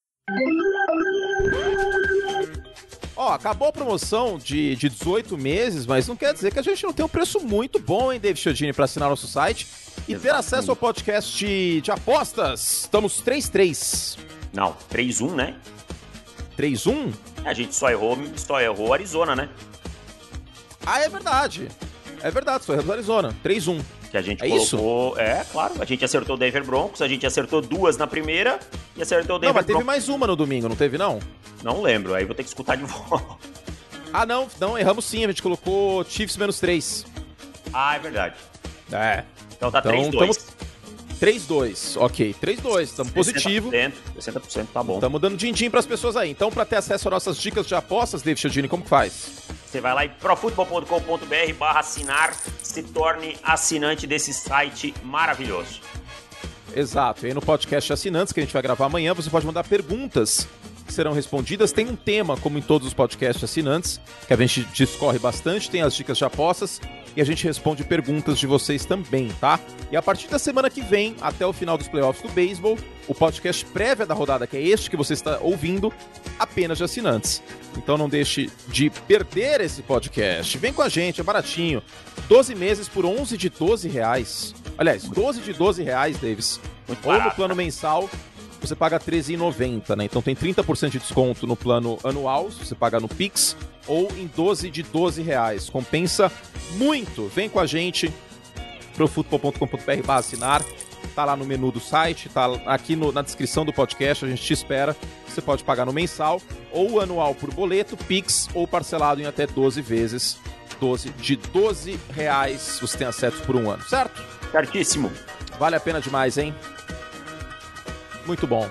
Ó, acabou a promoção de, de dezoito meses, mas não quer dizer que a gente não tem um preço muito bom, hein, David Chiodini, para assinar nosso site e Exatamente. ter acesso ao podcast de, de apostas. Estamos três três. Não, três um, né? três um? A gente só errou, só errou Arizona, né? Ah, é verdade. É verdade, só errou Arizona. três um. Que a gente é colocou... Isso? É, claro. A gente acertou o Denver Broncos, a gente acertou duas na primeira e acertou o Denver Não, mas teve Broncos. mais uma no domingo, não teve, não? Não lembro, aí vou ter que escutar de volta. Ah, não, não, erramos sim, a gente colocou Chiefs menos três. Ah, é verdade. É. Então tá três dois. Tamo... três dois, ok. três dois, estamos positivo. sessenta por cento tá bom. Estamos dando din-din pras pessoas aí. Então, pra ter acesso às nossas dicas de apostas, David Chiodini, como que faz? Você vai lá em profutbol ponto com ponto b r barra assinar, se torne assinante desse site maravilhoso. Exato. E aí no podcast Assinantes, que a gente vai gravar amanhã, você pode mandar perguntas que serão respondidas. Tem um tema, como em todos os podcasts assinantes, que a gente discorre bastante, tem as dicas de apostas e a gente responde perguntas de vocês também, tá? E a partir da semana que vem, até o final dos playoffs do beisebol, o podcast prévia da rodada, que é este que você está ouvindo, apenas de assinantes. Então não deixe de perder esse podcast. Vem com a gente, é baratinho. doze meses por onze de doze reais. Aliás, doze de doze reais, Davis. Muito Ou no barato. plano mensal, você paga treze reais e noventa centavos, né? Então tem trinta por cento de desconto no plano anual, se você pagar no Pix, ou em doze de doze reais. Compensa muito. Vem com a gente, profutbol ponto com ponto b r barra assinar. Tá lá no menu do site, tá aqui no, na descrição do podcast, a gente te espera. Você pode pagar no mensal, ou anual por boleto, Pix, ou parcelado em até doze vezes. doze de doze reais, você tem acesso por um ano, certo? Certíssimo. Vale a pena demais, hein? Muito bom.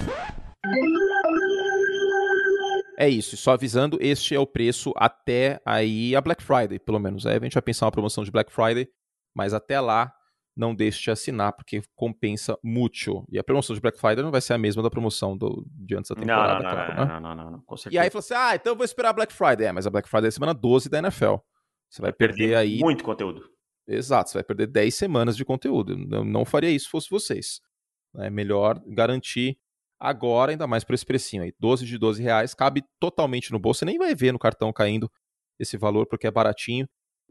É isso, só avisando, este é o preço até aí a Black Friday, pelo menos. Aí a gente vai pensar uma promoção de Black Friday, mas até lá não deixe de assinar, porque compensa muito. E a promoção de Black Friday não vai ser a mesma da promoção do, de antes da temporada, Não, não, não, claro, não, né? não, não, não, não, com E certeza. aí fala assim, ah, então eu vou esperar a Black Friday. É, mas a Black Friday é a semana doze da N F L. Você vai, vai perder, perder aí... muito conteúdo. Exato, você vai perder dez semanas de conteúdo. Eu não faria isso se fosse vocês. É melhor garantir agora, ainda mais por esse precinho aí. doze de doze reais, cabe totalmente no bolso. Você nem vai ver no cartão caindo esse valor, porque é baratinho.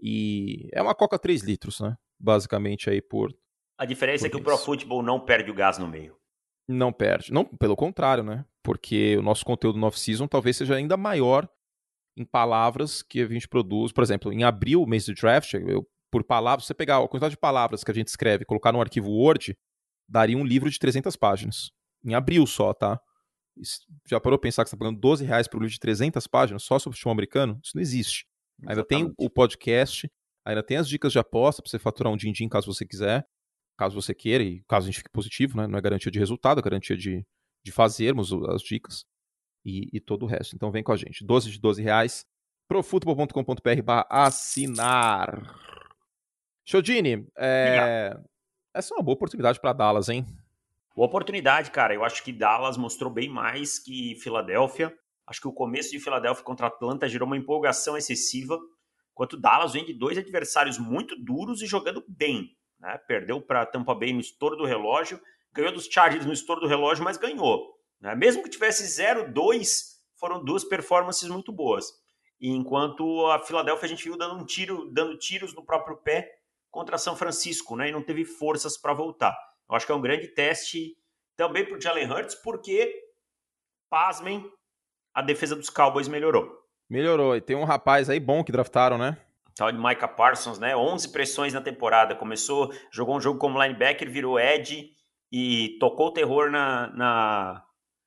E é uma Coca três litros, né? Basicamente aí por... A diferença por é que mês. o Pro Football não perde o gás no meio. Não perde. Não, pelo contrário, né? Porque o nosso conteúdo no off-season talvez seja ainda maior em palavras que a gente produz. Por exemplo, em abril, mês do draft, eu, por palavras, você pegar a quantidade de palavras que a gente escreve e colocar num arquivo Word, daria um livro de trezentas páginas. Em abril só, tá? Isso, já parou a pensar que você está pagando doze reais por um livro de trezentas páginas só sobre o futebol americano? Isso não existe. Exatamente. Ainda tem o podcast, ainda tem as dicas de aposta para você faturar um din-din caso você quiser, caso você queira, e caso a gente fique positivo, né? Não é garantia de resultado, é garantia de, de fazermos as dicas e, e todo o resto. Então vem com a gente. doze de doze reais, profutbol ponto com ponto b r barra assinar. Chodini, é... essa é uma boa oportunidade para Dallas, hein? Boa oportunidade, cara. Eu acho que Dallas mostrou bem mais que Filadélfia. Acho que o começo de Filadélfia contra Atlanta gerou uma empolgação excessiva, enquanto Dallas vem de dois adversários muito duros e jogando bem. Né? Perdeu para Tampa Bay no estouro do relógio, ganhou dos Chargers no estouro do relógio, mas ganhou. Né? Mesmo que tivesse zero a dois, foram duas performances muito boas. E enquanto a Filadélfia a gente viu dando, um tiro, dando tiros no próprio pé contra São Francisco, né? E não teve forças para voltar. Eu acho que é um grande teste também para o Jalen Hurts, porque, pasmem, a defesa dos Cowboys melhorou. Melhorou. E tem um rapaz aí bom que draftaram, né? Tal de Micah Parsons, né? onze pressões na temporada. Começou, jogou um jogo como linebacker, virou edge e tocou o terror na, na,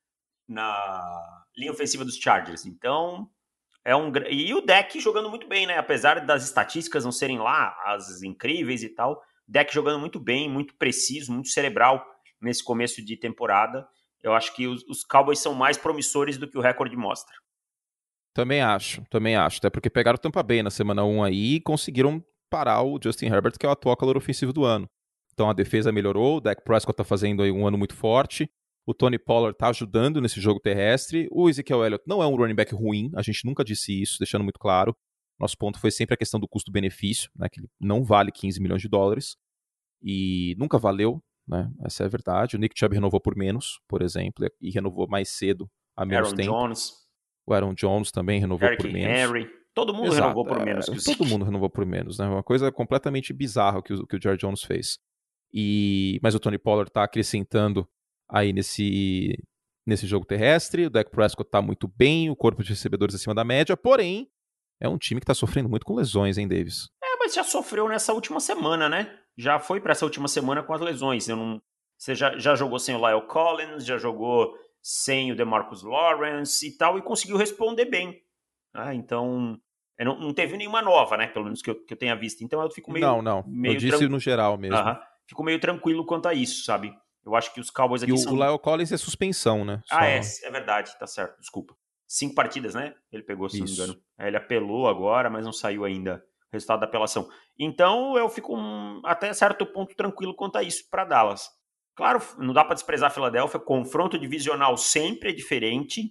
na linha ofensiva dos Chargers. Então, é um... E o deck jogando muito bem, né? Apesar das estatísticas não serem lá as incríveis e tal, deck jogando muito bem, muito preciso, muito cerebral nesse começo de temporada. Eu acho que os, os Cowboys são mais promissores do que o recorde mostra. Também acho, também acho. Até porque pegaram o Tampa Bay na semana um aí e conseguiram parar o Justin Herbert, que é o atual calor ofensivo do ano. Então a defesa melhorou, o Dak Prescott tá fazendo aí um ano muito forte, o Tony Pollard tá ajudando nesse jogo terrestre, o Ezekiel Elliott não é um running back ruim, a gente nunca disse isso, deixando muito claro. Nosso ponto foi sempre a questão do custo-benefício, né, que ele não vale quinze milhões de dólares, e nunca valeu, né, essa é a verdade. O Nick Chubb renovou por menos, por exemplo, e renovou mais cedo, há menos Aaron tempo. Jones. O Aaron Jones também renovou Eric por menos. Henry. Todo mundo Exato, renovou por menos é, que o Todo mundo renovou por menos, né? Uma coisa completamente bizarra que o que o Jared Jones fez. E, mas o Tony Pollard tá acrescentando aí nesse, nesse jogo terrestre. O Dak Prescott tá muito bem, o corpo de recebedores acima da média, porém, é um time que tá sofrendo muito com lesões, hein, Davis? É, mas já sofreu nessa última semana, né? Já foi para essa última semana com as lesões. Eu não... Você já, já jogou sem o Lyle Collins, já jogou sem o DeMarcus Lawrence e tal, e conseguiu responder bem. Ah, então, não, não teve nenhuma nova, né? Pelo menos que eu, que eu tenha visto. Então eu fico meio... Não, não. Meio eu disse tran... no geral mesmo. Uh-huh. Fico meio tranquilo quanto a isso, sabe? Eu acho que os Cowboys aqui e o, são... o Lyle Collins é suspensão, né? Ah, Só... é, é verdade, tá certo, desculpa. Cinco partidas, né? Ele pegou, se isso. não me engano. Ele apelou agora, mas não saiu ainda o resultado da apelação. Então eu fico um, até certo ponto tranquilo quanto a isso para Dallas. Claro, não dá para desprezar a Filadélfia, confronto divisional sempre é diferente,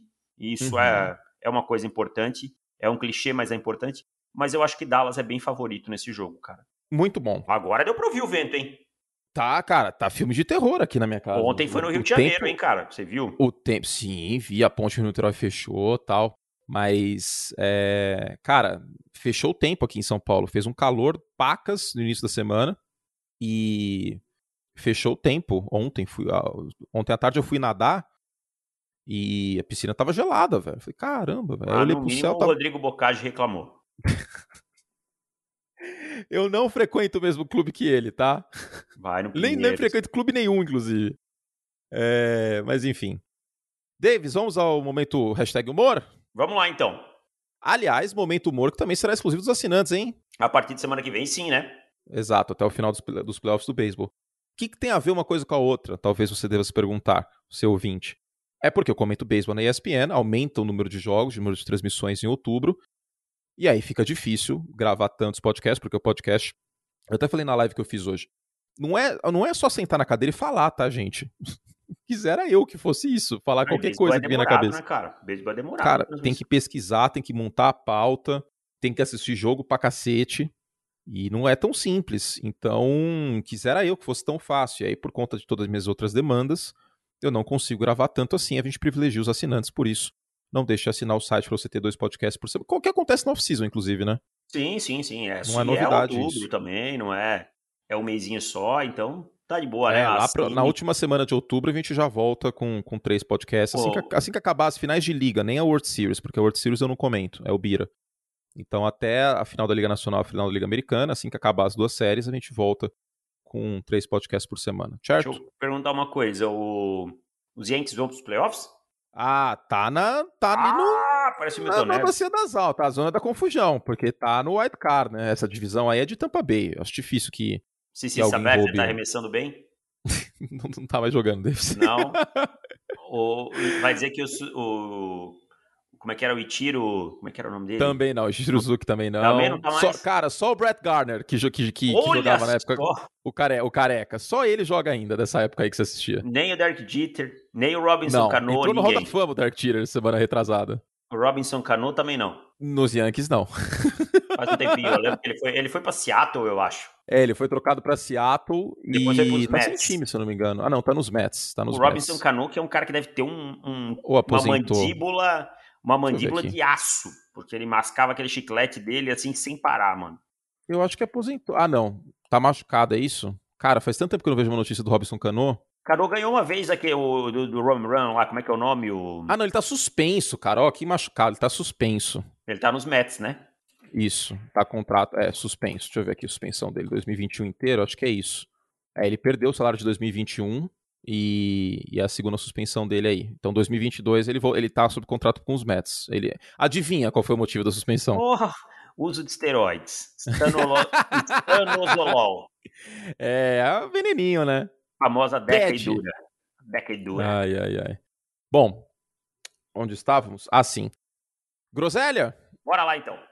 Isso Uhum. é, é uma coisa importante. É um clichê, mas é importante. Mas eu acho que Dallas é bem favorito nesse jogo, cara. Muito bom. Agora deu pra ouvir o vento, hein? Tá, cara, tá filme de terror aqui na minha casa. Ontem foi no O- Rio o de Janeiro, tempo, hein, cara? Você viu? O tempo, sim, vi, a ponte no Niterói fechou tal. Mas, é, cara, fechou o tempo aqui em São Paulo. Fez um calor pacas no início da semana. E fechou o tempo. Ontem, fui, ontem à tarde eu fui nadar e a piscina tava gelada, velho. Falei, caramba, velho. Aí eu Ah, olhei no pro mínimo céu, o tava... Rodrigo Bocage reclamou. Eu não frequento o mesmo clube que ele, tá? Vai no Nem, nem Pinheiros. frequento clube nenhum, inclusive. É, mas enfim. Davis, vamos ao momento hashtag humor? Vamos lá, então. Aliás, momento humor que também será exclusivo dos assinantes, hein? A partir de semana que vem, sim, né? Exato, até o final dos, dos playoffs do beisebol. O que, que tem a ver uma coisa com a outra? Talvez você deva se perguntar, seu ouvinte. É porque eu comento beisebol na E S P N, aumenta o número de jogos, o número de transmissões em outubro, e aí fica difícil gravar tantos podcasts, porque o podcast, eu até falei na live que eu fiz hoje, não é, não é só sentar na cadeira e falar, tá, gente? Quisera eu que fosse isso, falar Mas qualquer beisebol coisa é que vem na demorado, cabeça. né, cara? Beisebol é demorado. Cara, tem que pesquisar, tem que montar a pauta, tem que assistir jogo pra cacete, e não é tão simples. Então, quisera eu que fosse tão fácil. E aí, por conta de todas as minhas outras demandas, eu não consigo gravar tanto assim. A gente privilegia os assinantes por isso. Não deixe de assinar o site pra você ter dois podcasts por semana. O que acontece na off-season, inclusive, né? Sim, sim, sim. É, Não é e novidade é outubro isso. também, não é? É um mêsinho só, então tá de boa, né? É, lá pra, Assine. na última semana de outubro a gente já volta com, com três podcasts. Assim, Pô. que, assim que acabar as finais de liga, nem a World Series, porque a World Series eu não comento, é o Bira. Então até a final da Liga Nacional, a final da Liga Americana, assim que acabar as duas séries, a gente volta com três podcasts por semana, certo? Deixa eu perguntar uma coisa. O... Os Yankees vão pros playoffs? Ah, tá, na, tá ali no, Ah, parece o na, Milton na Neves. bacia das altas, a zona da confusão, porque tá no wild card, né? Essa divisão aí é de Tampa Bay. Acho difícil que, Cici que alguém Sabathia roube. tá arremessando bem? não, não tá mais jogando, deve ser. Não. o... Vai dizer que o... o... Como é que era o Ichiro? Como é que era o nome dele? Também não, o Shirozuki também não. Também não tá mais? Só, cara, só o Brett Gardner que, que, que, que Olha jogava na época. só. O, care, o careca. Só ele joga ainda dessa época aí que você assistia. Nem o Derek Jeter, nem o Robinson Não, Cano, entrou no ninguém. Hall da Fama o Derek Jeter semana retrasada. O Robinson Cano também não. Nos Yankees, não. Faz um tempinho, eu lembro que ele foi, ele foi pra Seattle, eu acho. É, ele foi trocado pra Seattle Depois foi e pros tá sem Mets. time, se eu não me engano. Ah, não, tá nos Mets. Tá nos O Robinson Mets. Cano, que é um cara que deve ter um, um, Ou uma aposentou. mandíbula, uma Deixa eu ver mandíbula aqui. de aço, porque ele mascava aquele chiclete dele assim sem parar, mano. Eu acho que aposentou. Ah, não. Tá machucado, é isso? Cara, faz tanto tempo que eu não vejo uma notícia do Robinson Cano. Cano ganhou uma vez aqui o do, do Home Run lá, como é que é o nome? O... Ah, não, ele tá suspenso, cara. Ó, que machucado, ele tá suspenso. Ele tá nos Mets, né? Isso, tá contrato, é, suspenso. Deixa eu ver aqui a suspensão dele, dois mil e vinte e um inteiro, acho que é isso. É, ele perdeu o salário de dois mil e vinte e um e, e a segunda suspensão dele aí. Então, dois mil e vinte e dois ele, ele tá sob contrato com os Mets. Ele, adivinha qual foi o motivo da suspensão? Porra, uso de esteroides. Stanolo... Stanozolol. É, é veneninho, né? Famosa Pede. decadura. Decadura. Ai, ai, ai. Bom, onde estávamos? Ah, sim. Groselha? Bora lá, então.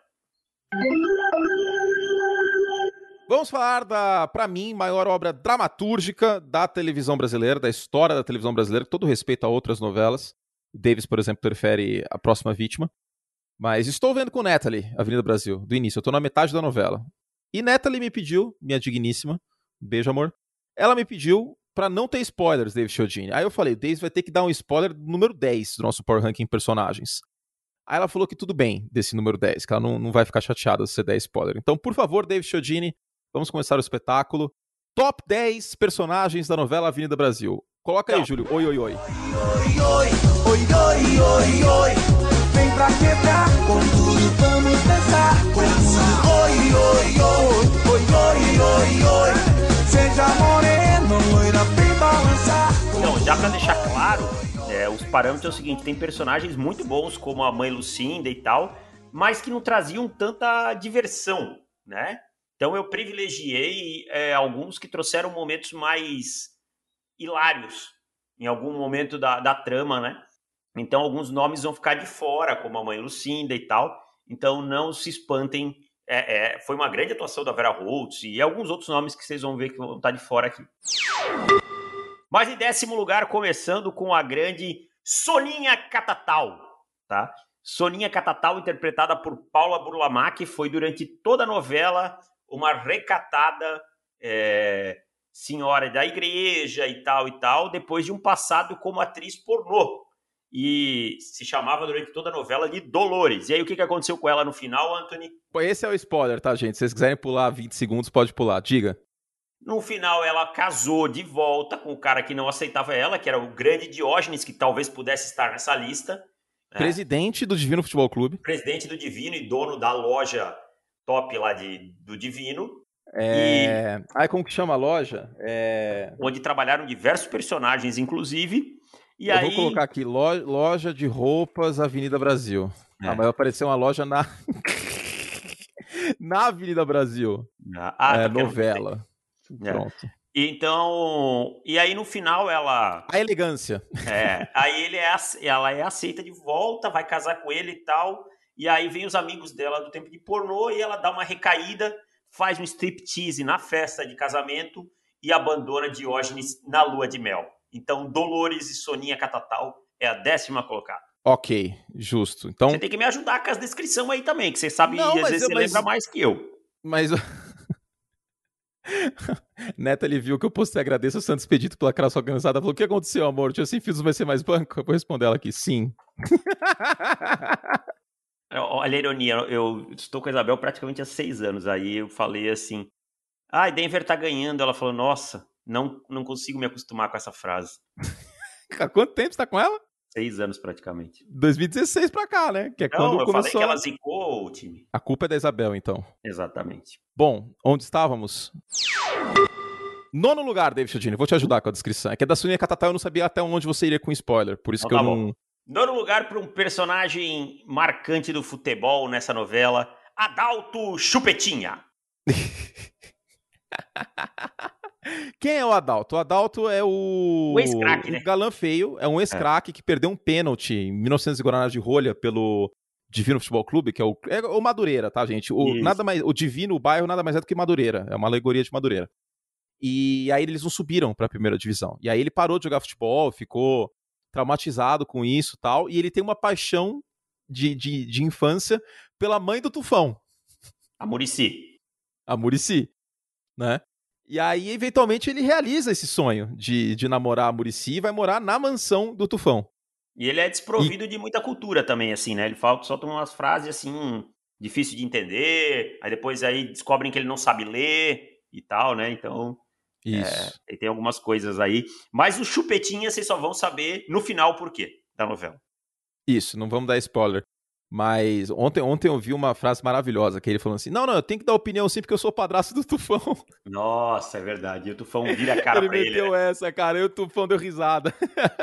Vamos falar da, pra mim, maior obra dramatúrgica da televisão brasileira, da história da televisão brasileira, com todo respeito a outras novelas. O Davis, por exemplo, prefere A Próxima Vítima. Mas estou vendo com Natalie, Avenida Brasil, do início. Eu tô na metade da novela. E Natalie me pediu, minha digníssima, beijo, amor. Ela me pediu pra não ter spoilers, David Chiodini. Aí eu falei, o Davis vai ter que dar um spoiler do número dez do nosso Power Ranking Personagens. Aí ela falou que tudo bem desse número dez, que ela não, não vai ficar chateada se você der spoiler. Então, por favor, David Chiodini, vamos começar o espetáculo. Top dez personagens da novela Avenida Brasil. Coloca aí, Júlio. Oi, oi, oi. Oi, oi, oi, oi, oi, oi. Vem pra quebrar, com tudo vamos dançar. Com tudo, oi, oi, oi, oi, oi, oi, oi. Seja moreno, loira, vem balançar. Então, já pra deixar claro, é, os parâmetros é o seguinte, tem personagens muito bons, como a mãe Lucinda e tal, mas que não traziam tanta diversão, né? Então eu privilegiei é, alguns que trouxeram momentos mais hilários em algum momento da, da trama, né? Então alguns nomes vão ficar de fora, como a mãe Lucinda e tal. Então não se espantem. É, é, foi uma grande atuação da Vera Holtz e alguns outros nomes que vocês vão ver que vão estar de fora aqui. Mas em décimo lugar, começando com a grande Soninha Catatal, tá? Soninha Catatal, interpretada por Paula Burlamac, foi durante toda a novela uma recatada é, senhora da igreja e tal e tal, depois de um passado como atriz pornô. E se chamava durante toda a novela de Dolores. E aí o que, que aconteceu com ela no final, Anthony? Esse é o spoiler, tá, gente? Se vocês quiserem pular vinte segundos, pode pular. Diga. No final, ela casou de volta com o cara que não aceitava ela, que era o grande Diógenes, que talvez pudesse estar nessa lista. Né? Presidente do Divino Futebol Clube. Presidente do Divino e dono da loja top lá de, do Divino. É... E... Aí como que chama a loja? É... Onde trabalharam diversos personagens, inclusive. E Eu aí... vou colocar aqui, loja, loja de roupas Avenida Brasil. É. Ah, mas vai aparecer uma loja na... na Avenida Brasil. Ah, é, novela. É. Pronto. Então, e aí no final ela... A elegância. É, aí ele é, ela é aceita de volta, vai casar com ele e tal, e aí vem os amigos dela do tempo de pornô e ela dá uma recaída, faz um striptease na festa de casamento e abandona Diógenes na lua de mel. Então, Dolores e Soninha Catatal é a décima colocada. Ok, justo. Então... Você tem que me ajudar com as descrições aí também, que você sabe, Não, às vezes eu, você mas... lembra mais que eu. Mas... Neto, ele viu que eu postei, agradeço o Santos Expedito pela craça organizada. Falou, o que aconteceu, amor? Tinha assim, fiz vai ser mais banco? Eu vou responder ela aqui, sim. Olha a ironia, eu estou com a Isabel praticamente há seis anos. Aí eu falei assim, ah, Denver tá ganhando. Ela falou, nossa, não, não consigo me acostumar com essa frase. Há quanto tempo você tá com ela? Seis anos praticamente. dois mil e dezesseis pra cá, né? Que é não, quando eu começou... falei que ela zicou o time. A culpa é da Isabel, então. Exatamente. Bom, onde estávamos? Nono lugar, David Chiodini. Vou te ajudar com a descrição. É que é da Soninha Catatal, eu não sabia até onde você iria com spoiler. Por isso então, que tá eu não... Bom. Nono lugar para um personagem marcante do futebol nessa novela, Adalto Chupetinha. Quem é o Adalto? O Adalto é o... O ex-craque, né? O galã feio. É um ex-craque é. que perdeu um pênalti em mil e novecentos e Guaraná de Rolha pelo Divino Futebol Clube, que é o, é o Madureira, tá, gente? O, nada mais, o Divino, o bairro, nada mais é do que Madureira. É uma alegoria de Madureira. E aí eles não subiram pra primeira divisão. E aí ele parou de jogar futebol, ficou traumatizado com isso e tal. E ele tem uma paixão de, de, de infância pela mãe do Tufão. A Muricy. A Muricy, né? E aí, eventualmente, ele realiza esse sonho de, de namorar a Muricy e vai morar na mansão do Tufão. E ele é desprovido e... de muita cultura também, assim, né? Ele fala, solta umas frases, assim, difícil de entender. Aí depois aí descobrem que ele não sabe ler e tal, né? Então, isso. É, tem algumas coisas aí. Mas o Chupetinha, vocês só vão saber no final por quê da novela. Isso, não vamos dar spoiler. Mas ontem, ontem eu vi uma frase maravilhosa, que ele falou assim, não, não, eu tenho que dar opinião sim, porque eu sou padrasto do Tufão. Nossa, é verdade. E o Tufão vira a cara ele pra ele. Ele meteu né? essa, cara, e o Tufão deu risada.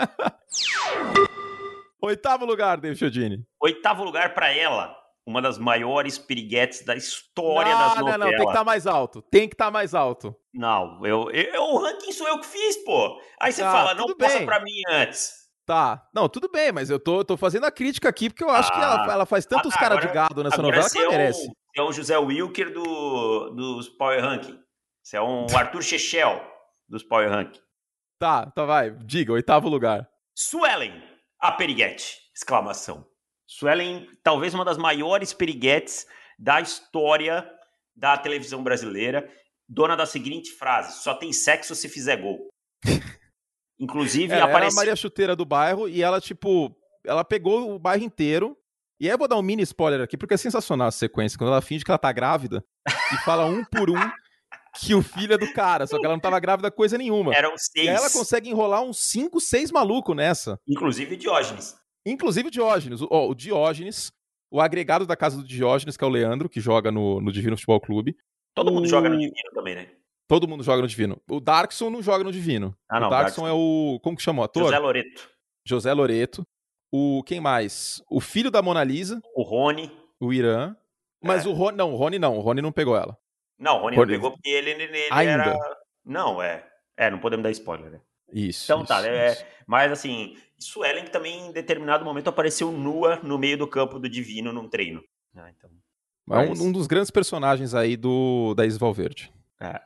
Oitavo lugar, David Chiodini. Oitavo lugar pra ela, uma das maiores piriguetes da história não, das não, novelas. Não, não, tem que estar tá mais alto. Tem que estar tá mais alto. Não, eu, eu, o ranking sou eu que fiz, pô. Aí você ah, fala, não passa bem. pra mim antes. Tá, não, tudo bem, mas eu tô, tô fazendo a crítica aqui porque eu acho ah, que ela, ela faz tantos ah, caras de gado nessa novela que ela merece. Você é um José Wilker do, dos Power Ranking. Você é um Arthur Chechel dos Power Ranking. Tá, tá, vai, diga, oitavo lugar. Suelen, a periguete, exclamação. Suelen, talvez uma das maiores periguetes da história da televisão brasileira, dona da seguinte frase, só tem sexo se fizer gol. Inclusive, é, apareceu... Ela é a Maria Chuteira do bairro e ela, tipo, ela pegou o bairro inteiro. E aí eu vou dar um mini spoiler aqui, porque é sensacional a sequência, quando ela finge que ela tá grávida e fala um por um que o filho é do cara, só que ela não tava grávida coisa nenhuma. Eram seis. E aí ela consegue enrolar uns cinco, seis malucos nessa. Inclusive o Diógenes. Inclusive o Diógenes. O, o Diógenes, o agregado da casa do Diógenes, que é o Leandro, que joga no, no Divino Futebol Clube. Todo o... mundo joga no Divino também, né? Todo mundo joga no Divino. O Darkson não joga no Divino. Ah, não, o Darkson, Darkson é o... Como que chama o ator? José Loreto. José Loreto. O... Quem mais? O filho da Mona Lisa. O Rony. O Irã. Mas é. o Rony... Não, o Rony não. O Rony não pegou ela. Não, o Rony, Rony... não pegou porque ele, ele Ainda. era... Não, é. É, não podemos dar spoiler, né? Isso. Então isso, tá, é... isso. Mas assim, Suelen também em determinado momento apareceu nua no meio do campo do Divino num treino. Ah, então... É um, um dos grandes personagens aí do... da Isis Valverde. É.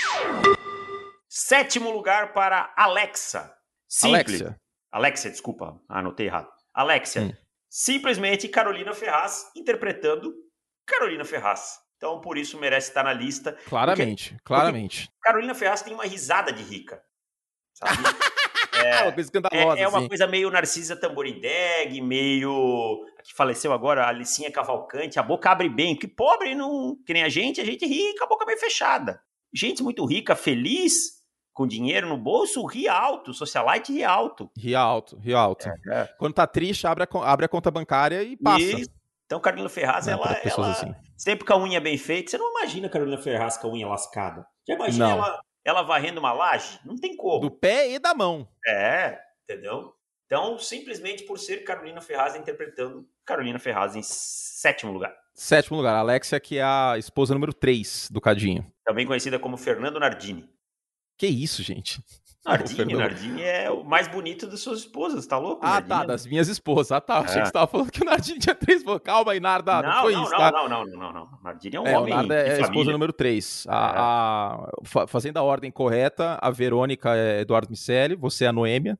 Sétimo lugar para Alexa. Simples. Alexia. Alexia, desculpa, anotei errado. Alexia. Hum. simplesmente Carolina Ferraz interpretando Carolina Ferraz. Então, por isso merece estar na lista. Claramente, porque, claramente. Porque Carolina Ferraz tem uma risada de rica, sabe? É, uma coisa escandalosa, é, é uma assim. coisa meio Narcisa Tamborindeg, meio... A que faleceu agora, a Alicinha Cavalcante. A boca abre bem, porque pobre, não, que nem a gente, a gente ri com a boca bem fechada. Gente muito rica, feliz, com dinheiro no bolso, ri alto. Socialite ri alto. Ri alto, ri alto. É, é. Quando tá triste, abre a, abre a conta bancária e passa. Isso. Então, Carolina Ferraz, Não, ela, ela assim. sempre com a unha bem feita. Você não imagina a Carolina Ferraz com a unha lascada. Já imagina ela, ela varrendo uma laje? Não tem como. Do pé e da mão. É, entendeu? Então, simplesmente por ser Carolina Ferraz interpretando Carolina Ferraz em sétimo lugar. Sétimo lugar, a Alexia, que é a esposa número três do Cadinho. Também conhecida como Fernando Nardini. Que isso, gente? Nardini, Nardini é o mais bonito das suas esposas, tá louco? Ah, Nardini, tá, né? das minhas esposas. Ah, tá, É. achei que você tava falando que o Nardini tinha três esposas. Calma aí, Narda, não, não foi não, isso, não, tá? não, não, não, não, não. Nardini é um É, homem o Narda é de a esposa família. número três. A, a, fa- fazendo a ordem correta, a Verônica é Eduardo Miceli, você é a Noêmia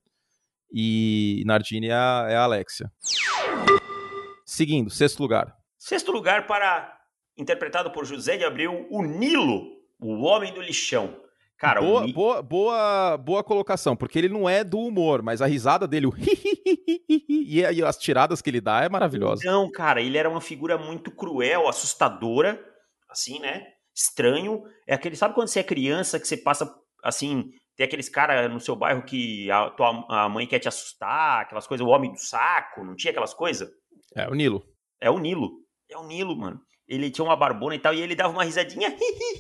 e Nardini é a, é a Alexia. Seguindo, sexto lugar. Sexto lugar para, interpretado por José de Abreu, o Nilo, o homem do lixão. Cara, boa, o Ni... boa, boa, boa colocação, porque ele não é do humor, mas a risada dele, o e aí as tiradas que ele dá é maravilhosa. Não, cara, ele era uma figura muito cruel, assustadora, assim, né? Estranho. É aquele, sabe quando você é criança, que você passa, assim, tem aqueles caras no seu bairro que a tua a mãe quer te assustar, aquelas coisas, o homem do saco, não tinha aquelas coisas? É, o Nilo. É o Nilo. É o Nilo, mano. Ele tinha uma barbona e tal, e ele dava uma risadinha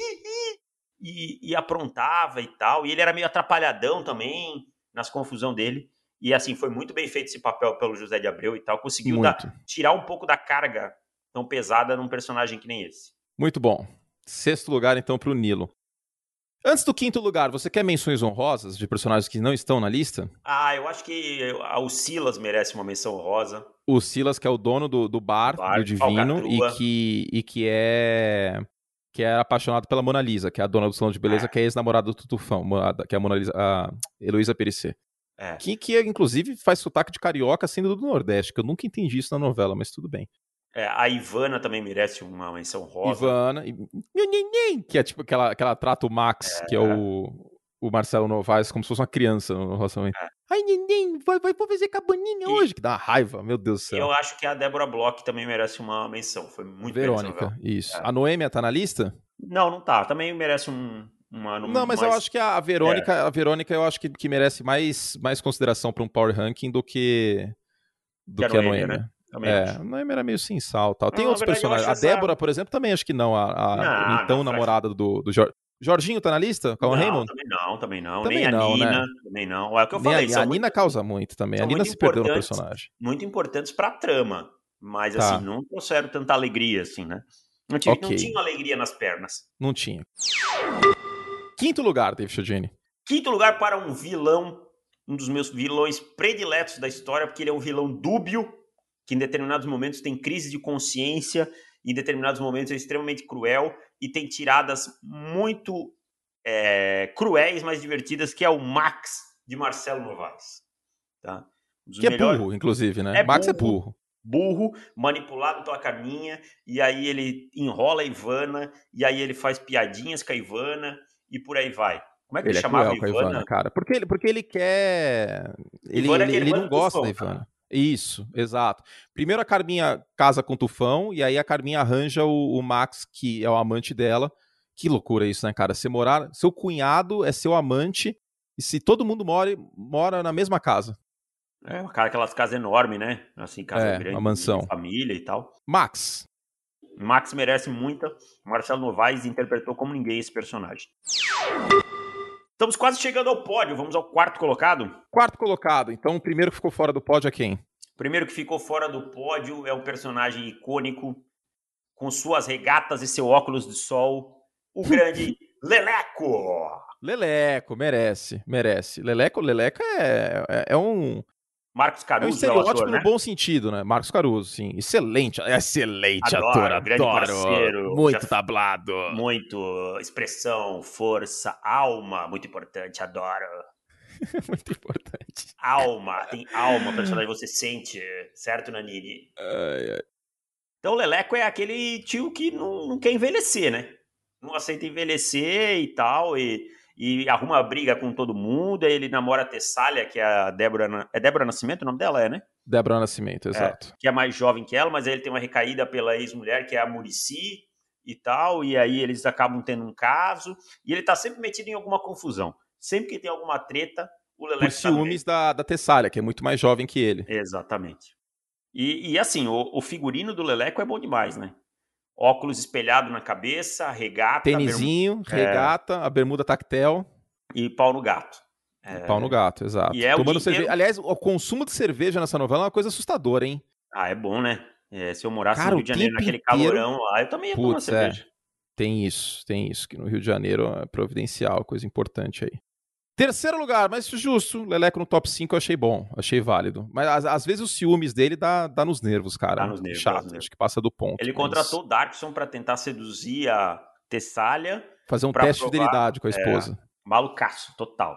e, e aprontava e tal. E ele era meio atrapalhadão também nas confusão dele. E assim, foi muito bem feito esse papel pelo José de Abreu e tal. Conseguiu dar, tirar um pouco da carga tão pesada num personagem que nem esse. Muito bom. Sexto lugar, então, pro Nilo. Antes do quinto lugar, você quer menções honrosas de personagens que não estão na lista? Ah, eu acho que o Silas merece uma menção honrosa. O Silas, que é o dono do, do bar, bar do Divino, e que, e que é que é apaixonado pela Mona Lisa, que é a dona do salão de beleza, é. que é ex-namorada do Tutufão, que é a Mona Lisa, a Heloísa Perissé. É. Que, que, inclusive, faz sotaque de carioca sendo do Nordeste, que eu nunca entendi isso na novela, mas tudo bem. É, a Ivana também merece uma menção rosa. Ivana, que é tipo que ela, que ela trata o Max, é. que é o, o Marcelo Novaes, como se fosse uma criança no relacionamento. É. Ai, neném, vai, vai fazer cabaninha e... hoje, que dá raiva, meu Deus do céu. Eu acho que a Débora Bloch também merece uma menção, foi muito Verônica, isso. É. A Noêmia tá na lista? Não, não tá, também merece um... Uma, um não, mas mais... eu acho que a Verônica, é. a Verônica eu acho que, que merece mais, mais consideração para um power ranking do que, do que, que a Noêmia. Né? É, a Noêmia era meio sem sal, tal. Tem não, outros verdade, personagens. A Débora, essa... por exemplo, também acho que não. A, a não, então não, namorada do, do Jorge. Jorginho tá na lista? Com o Raymond? Também não, também não. Também Nem não, a Nina, né? também não. É o que eu Nem falei. A, a Nina muito... causa muito também. A Nina se perdeu no personagem. Muito importantes pra trama. Mas, tá. assim, não trouxeram tanta alegria, assim, né? Não tinha, okay. não tinha alegria nas pernas. Não tinha. Quinto lugar, David Chiodini. Quinto lugar para um vilão, um dos meus vilões prediletos da história, porque ele é um vilão dúbio, que em determinados momentos tem crise de consciência, em determinados momentos é extremamente cruel e tem tiradas muito é, cruéis, mas divertidas, que é o Max de Marcelo Novaes. Tá? Um que melhores... é burro, inclusive, né? É Max burro, é burro. Burro, manipulado pela Carminha, e aí ele enrola a Ivana, e aí ele faz piadinhas com a Ivana, e por aí vai. Como é que ele, ele chamava é cruel a Ivana? Ivana, cara? Porque ele, porque ele quer... Ele, Ivana ele, é ele não gosta da Ivana. Cara. Isso, exato. Primeiro a Carminha casa com o Tufão, e aí a Carminha arranja o, o Max, que é o amante dela. Que loucura isso, né, cara? Você morar... Seu cunhado é seu amante, e se todo mundo mora, mora na mesma casa. É, cara, aquelas casas enormes, né? Assim, casa é, grande, uma mansão. Família e tal. Max. Max merece muita. Marcelo Novaes interpretou como ninguém esse personagem. Estamos quase chegando ao pódio. Vamos ao quarto colocado? Quarto colocado. Então, o primeiro que ficou fora do pódio é quem? O primeiro que ficou fora do pódio é um personagem icônico, com suas regatas e seu óculos de sol, o grande Leleco. Leleco, merece, merece. Leleco, Leleco é, é, é um... Marcos Caruso, é um estereótipo é o ator, no né? bom sentido, né? Marcos Caruso, sim. Excelente, excelente adoro, ator, grande adoro. Parceiro, muito já... tablado. Muito expressão, força, alma, muito importante, adoro. Muito importante. Alma, tem alma, o personagem você sente, certo, Nanini? Ai, ai. Então o Leleco é aquele tio que não, não quer envelhecer, né? Não aceita envelhecer e tal, e, e arruma briga com todo mundo, aí ele namora a Tessália, que é a Débora... É Débora Nascimento o nome dela, é, né? Débora Nascimento, exato. É, que é mais jovem que ela, mas aí ele tem uma recaída pela ex-mulher, que é a Muricy e tal, e aí eles acabam tendo um caso, e ele tá sempre metido em alguma confusão. Sempre que tem alguma treta, o Leleco Por ciúmes tá da, da Tessália, que é muito mais jovem que ele. Exatamente. E, e assim, o, o figurino do Leleco é bom demais, né? Óculos espelhado na cabeça, regata... Tênisinho, berm... regata, é... a bermuda tactel. E pau no gato. É... Pau no gato, exato. E é Tomando o cerveja. inteiro... Aliás, o consumo de cerveja nessa novela é uma coisa assustadora, hein? Ah, é bom, né? É, se eu morasse Cara, no Rio de Janeiro, naquele inteiro... calorão lá, eu também ia tomar Putz, cerveja. É. Tem isso, tem isso. Que no Rio de Janeiro é providencial, coisa importante aí. Terceiro lugar, mas justo, Leleco no top cinco eu achei bom, achei válido. Mas às, às vezes os ciúmes dele dá, dá nos nervos, cara. Dá nos nervos. Chato, dá nos nervos. acho que passa do ponto. Ele mas... contratou o Darkson pra tentar seduzir a Tessália. Fazer um teste provar... de fidelidade com a esposa. É, malucaço, total.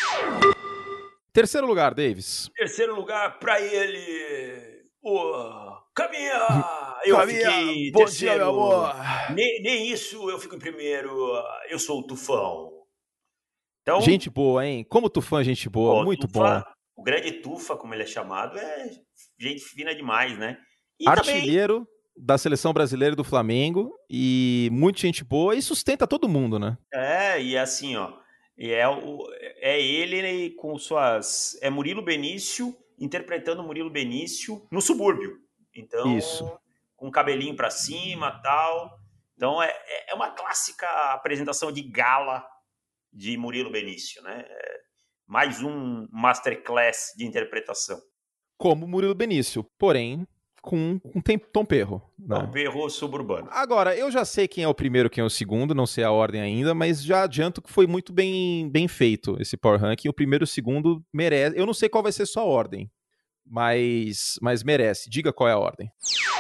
Terceiro lugar, Davis. Terceiro lugar pra ele, o Caminha. Eu Caminha, fiquei bom terceiro. dia, meu amor. Nem, nem isso eu fico em primeiro. Eu sou o Tufão. Então, gente boa, hein? Como Tufão é gente boa, ó, muito Tufa, bom. O grande Tufa, como ele é chamado, é gente fina demais, né? E artilheiro também... da seleção brasileira do Flamengo e muita gente boa e sustenta todo mundo, né? É, e assim, ó, é, o, é ele com suas... É Murilo Benício interpretando Murilo Benício no subúrbio. Então, isso. Com cabelinho pra cima e tal. Então, é, é uma clássica apresentação de gala de Murilo Benício, né? É mais um masterclass de interpretação. Como Murilo Benício, porém com, com Tom Perro. Né? Tom Perro suburbano. Agora, eu já sei quem é o primeiro, quem é o segundo, não sei a ordem ainda, mas já adianto que foi muito bem, bem feito esse Power Ranking. O primeiro e o segundo merece. Eu não sei qual vai ser sua ordem, mas, mas merece. Diga qual é a ordem.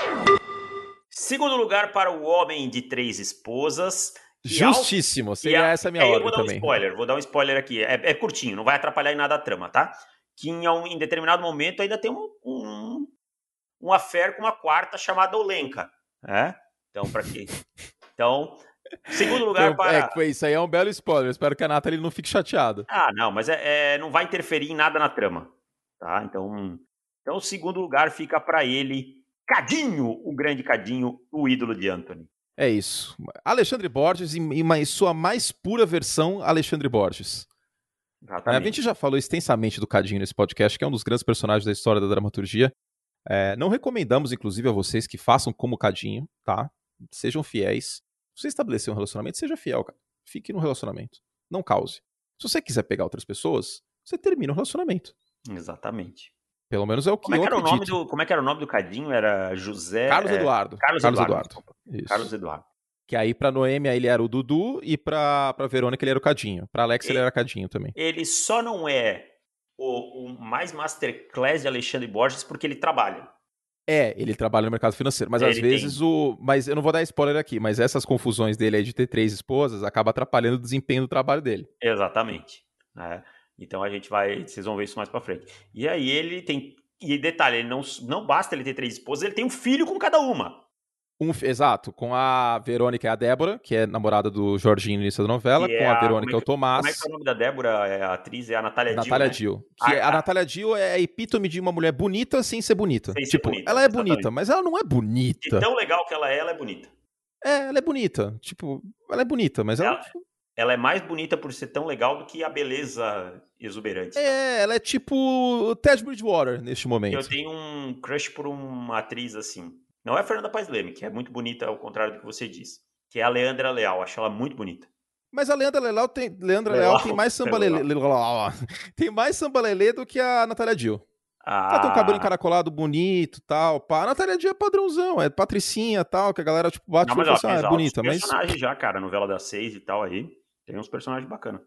Segundo lugar para o Homem de Três Esposas. Justíssimo, seria a... essa a minha aí ordem eu vou dar também. Um spoiler, vou dar um spoiler aqui, é, é curtinho, não vai atrapalhar em nada a trama, tá? Que em, um, em determinado momento ainda tem um, um, um affair com uma quarta chamada Olenka, né? Então, pra quê? Então, segundo lugar então, para... É, isso aí é um belo spoiler, espero que a Nathalie não fique chateada. Ah, não, mas é, é, não vai interferir em nada na trama, tá? Então, então o segundo lugar fica para ele, Cadinho, o grande Cadinho, o ídolo de Anthony. É isso. Alexandre Borges em sua mais pura versão, Alexandre Borges. Exatamente. A gente já falou extensamente do Cadinho nesse podcast, que é um dos grandes personagens da história da dramaturgia. É, não recomendamos, inclusive, a vocês que façam como Cadinho, tá? Sejam fiéis. Se você estabelecer um relacionamento, seja fiel, cara. Fique no relacionamento. Não cause. Se você quiser pegar outras pessoas, você termina o relacionamento. Exatamente. Pelo menos é o que como é eu que era acredito. O nome do, como é que era o nome do Cadinho? Era José... Carlos Eduardo. Carlos, Carlos Eduardo. Eduardo. Isso. Carlos Eduardo. Que aí pra Noêmia ele era o Dudu e pra, pra Verônica ele era o Cadinho. Pra Alex ele, ele era Cadinho também. Ele só não é o, o mais masterclass de Alexandre Borges porque ele trabalha. É, ele trabalha no mercado financeiro, mas ele às vezes tem. o... Mas eu não vou dar spoiler aqui, mas essas confusões dele aí de ter três esposas acaba atrapalhando o desempenho do trabalho dele. Exatamente. É. Então a gente vai... Vocês vão ver isso mais pra frente. E aí ele tem... E detalhe, ele não, não basta ele ter três esposas, ele tem um filho com cada uma. Um, exato, com a Verônica e a Débora, que é namorada do Jorginho no início da novela, que com é a a, Verônica e é o Tomás. Como é que é o nome da Débora? É a atriz é a Natália Dill, Natália né? Dill. Que a, a, a Natália Dill é a epítome de uma mulher bonita sem ser bonita. Sem ser tipo, bonita, ela é exatamente. bonita, mas ela não é bonita. De tão legal que ela é, ela é bonita. É, ela é bonita. Tipo, ela é bonita, mas ela... ela... Ela é mais bonita por ser tão legal do que a beleza exuberante. É, ela é tipo Ted Bridgewater neste momento. Eu tenho um crush por uma atriz assim. Não é a Fernanda Paes Leme, que é muito bonita, ao contrário do que você disse. Que é a Leandra Leal. Acho ela muito bonita. Mas a Leandra Leal tem, Leandra Leal, Leal tem mais samba lelê, tem mais samba lelê do que a Natália Dill. Ah. Ela tem um cabelo encaracolado bonito e tal. Pá. A Natália Dill é padrãozão, é patricinha e tal, que a galera tipo, bate e fala assim, ah, é bonita. Mas personagem já, cara, novela das seis e tal aí. Tem uns personagens bacanas.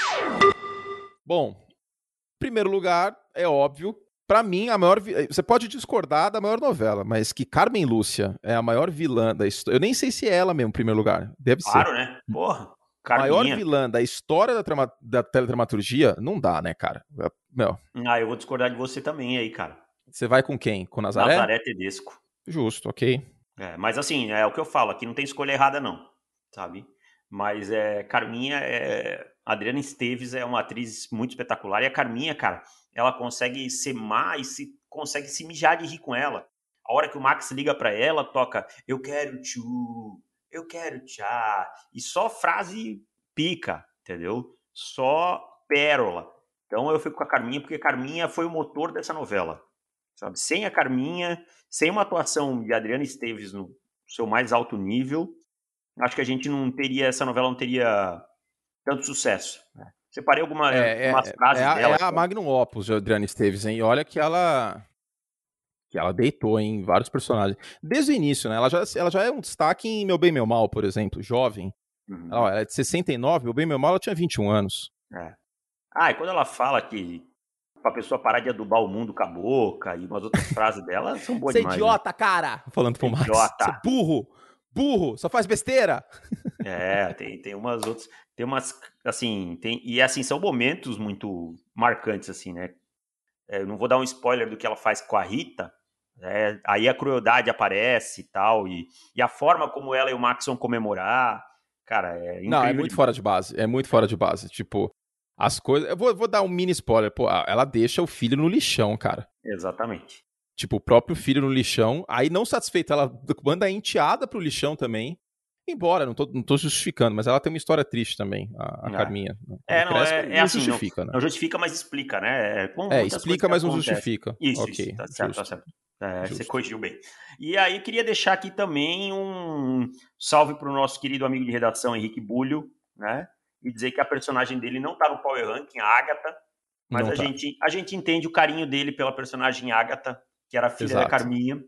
Bom, em primeiro lugar, é óbvio, pra mim, a maior... Vi... Você pode discordar da maior novela, mas que Carmen Lúcia é a maior vilã da história. Eu nem sei se é ela mesmo, em primeiro lugar. Deve claro, ser. Claro, né? Porra. Carminha. Maior vilã da história da, trama, da teledramaturgia, não dá, né, cara? Meu. Ah, eu vou discordar de você também aí, cara. Você vai com quem? Com Nazaré? Nazaré Tedesco. Justo, ok. É, mas assim, é o que eu falo, aqui não tem escolha errada não, sabe? Mas é, Carminha, é, Adriana Esteves é uma atriz muito espetacular, e a Carminha, cara, ela consegue ser má e se, consegue se mijar de rir com ela. A hora que o Max liga pra ela, toca, eu quero tchu, eu quero tchá, e só frase pica, entendeu? Só pérola. Então eu fico com a Carminha, porque a Carminha foi o motor dessa novela, sabe? Sem a Carminha, sem uma atuação de Adriana Esteves no seu mais alto nível, acho que a gente não teria, essa novela não teria tanto sucesso. Separei alguma, É, algumas é, frases é, a, dela. é a Magnum Opus de Adriana Esteves, hein? E olha que ela que ela deitou em vários personagens. Desde o início, né? Ela já, ela já é um destaque em Meu Bem, Meu Mal, por exemplo, jovem. Uhum. Ela, ela é de sessenta e nove, Meu Bem, Meu Mal, ela tinha vinte e um anos. É. Ah, e quando ela fala que pra pessoa parar de adubar o mundo com a boca e umas outras frases dela são boas Você é demais. idiota, né? cara! Falando pro Max. Idiota. Você é burro! Burro! Só faz besteira! É, tem, tem umas outras... Tem umas, assim... Tem, e, assim, são momentos muito marcantes, assim, né? É, eu não vou dar um spoiler do que ela faz com a Rita, é, aí a crueldade aparece e tal, e, e a forma como ela e o Max vão comemorar, cara, é incrível. Não, é muito fora de base. É muito fora de base. Tipo, as coisas... Eu vou, vou dar um mini spoiler. Pô, ela deixa o filho no lixão, cara. Exatamente. Tipo, o próprio filho no lixão. Aí, não satisfeita, ela manda a enteada pro lixão também. Embora, não tô, não tô justificando, mas ela tem uma história triste também, a, a É. Carminha. É, não, cresce, é, é não assim, justifica, não, né? não justifica, mas explica, né? Como É, muitas explica, mas coisas não acontecem. justifica. Isso, Ok, isso, tá certo, justo. tá certo. É, você Justo. corrigiu bem. E aí, eu queria deixar aqui também um salve pro nosso querido amigo de redação, Henrique Bulho, né? E dizer que a personagem dele não tá no Power Ranking, a Agatha, mas Não a, tá. gente, a gente entende o carinho dele pela personagem Agatha, que era filha Exato. da Carminha,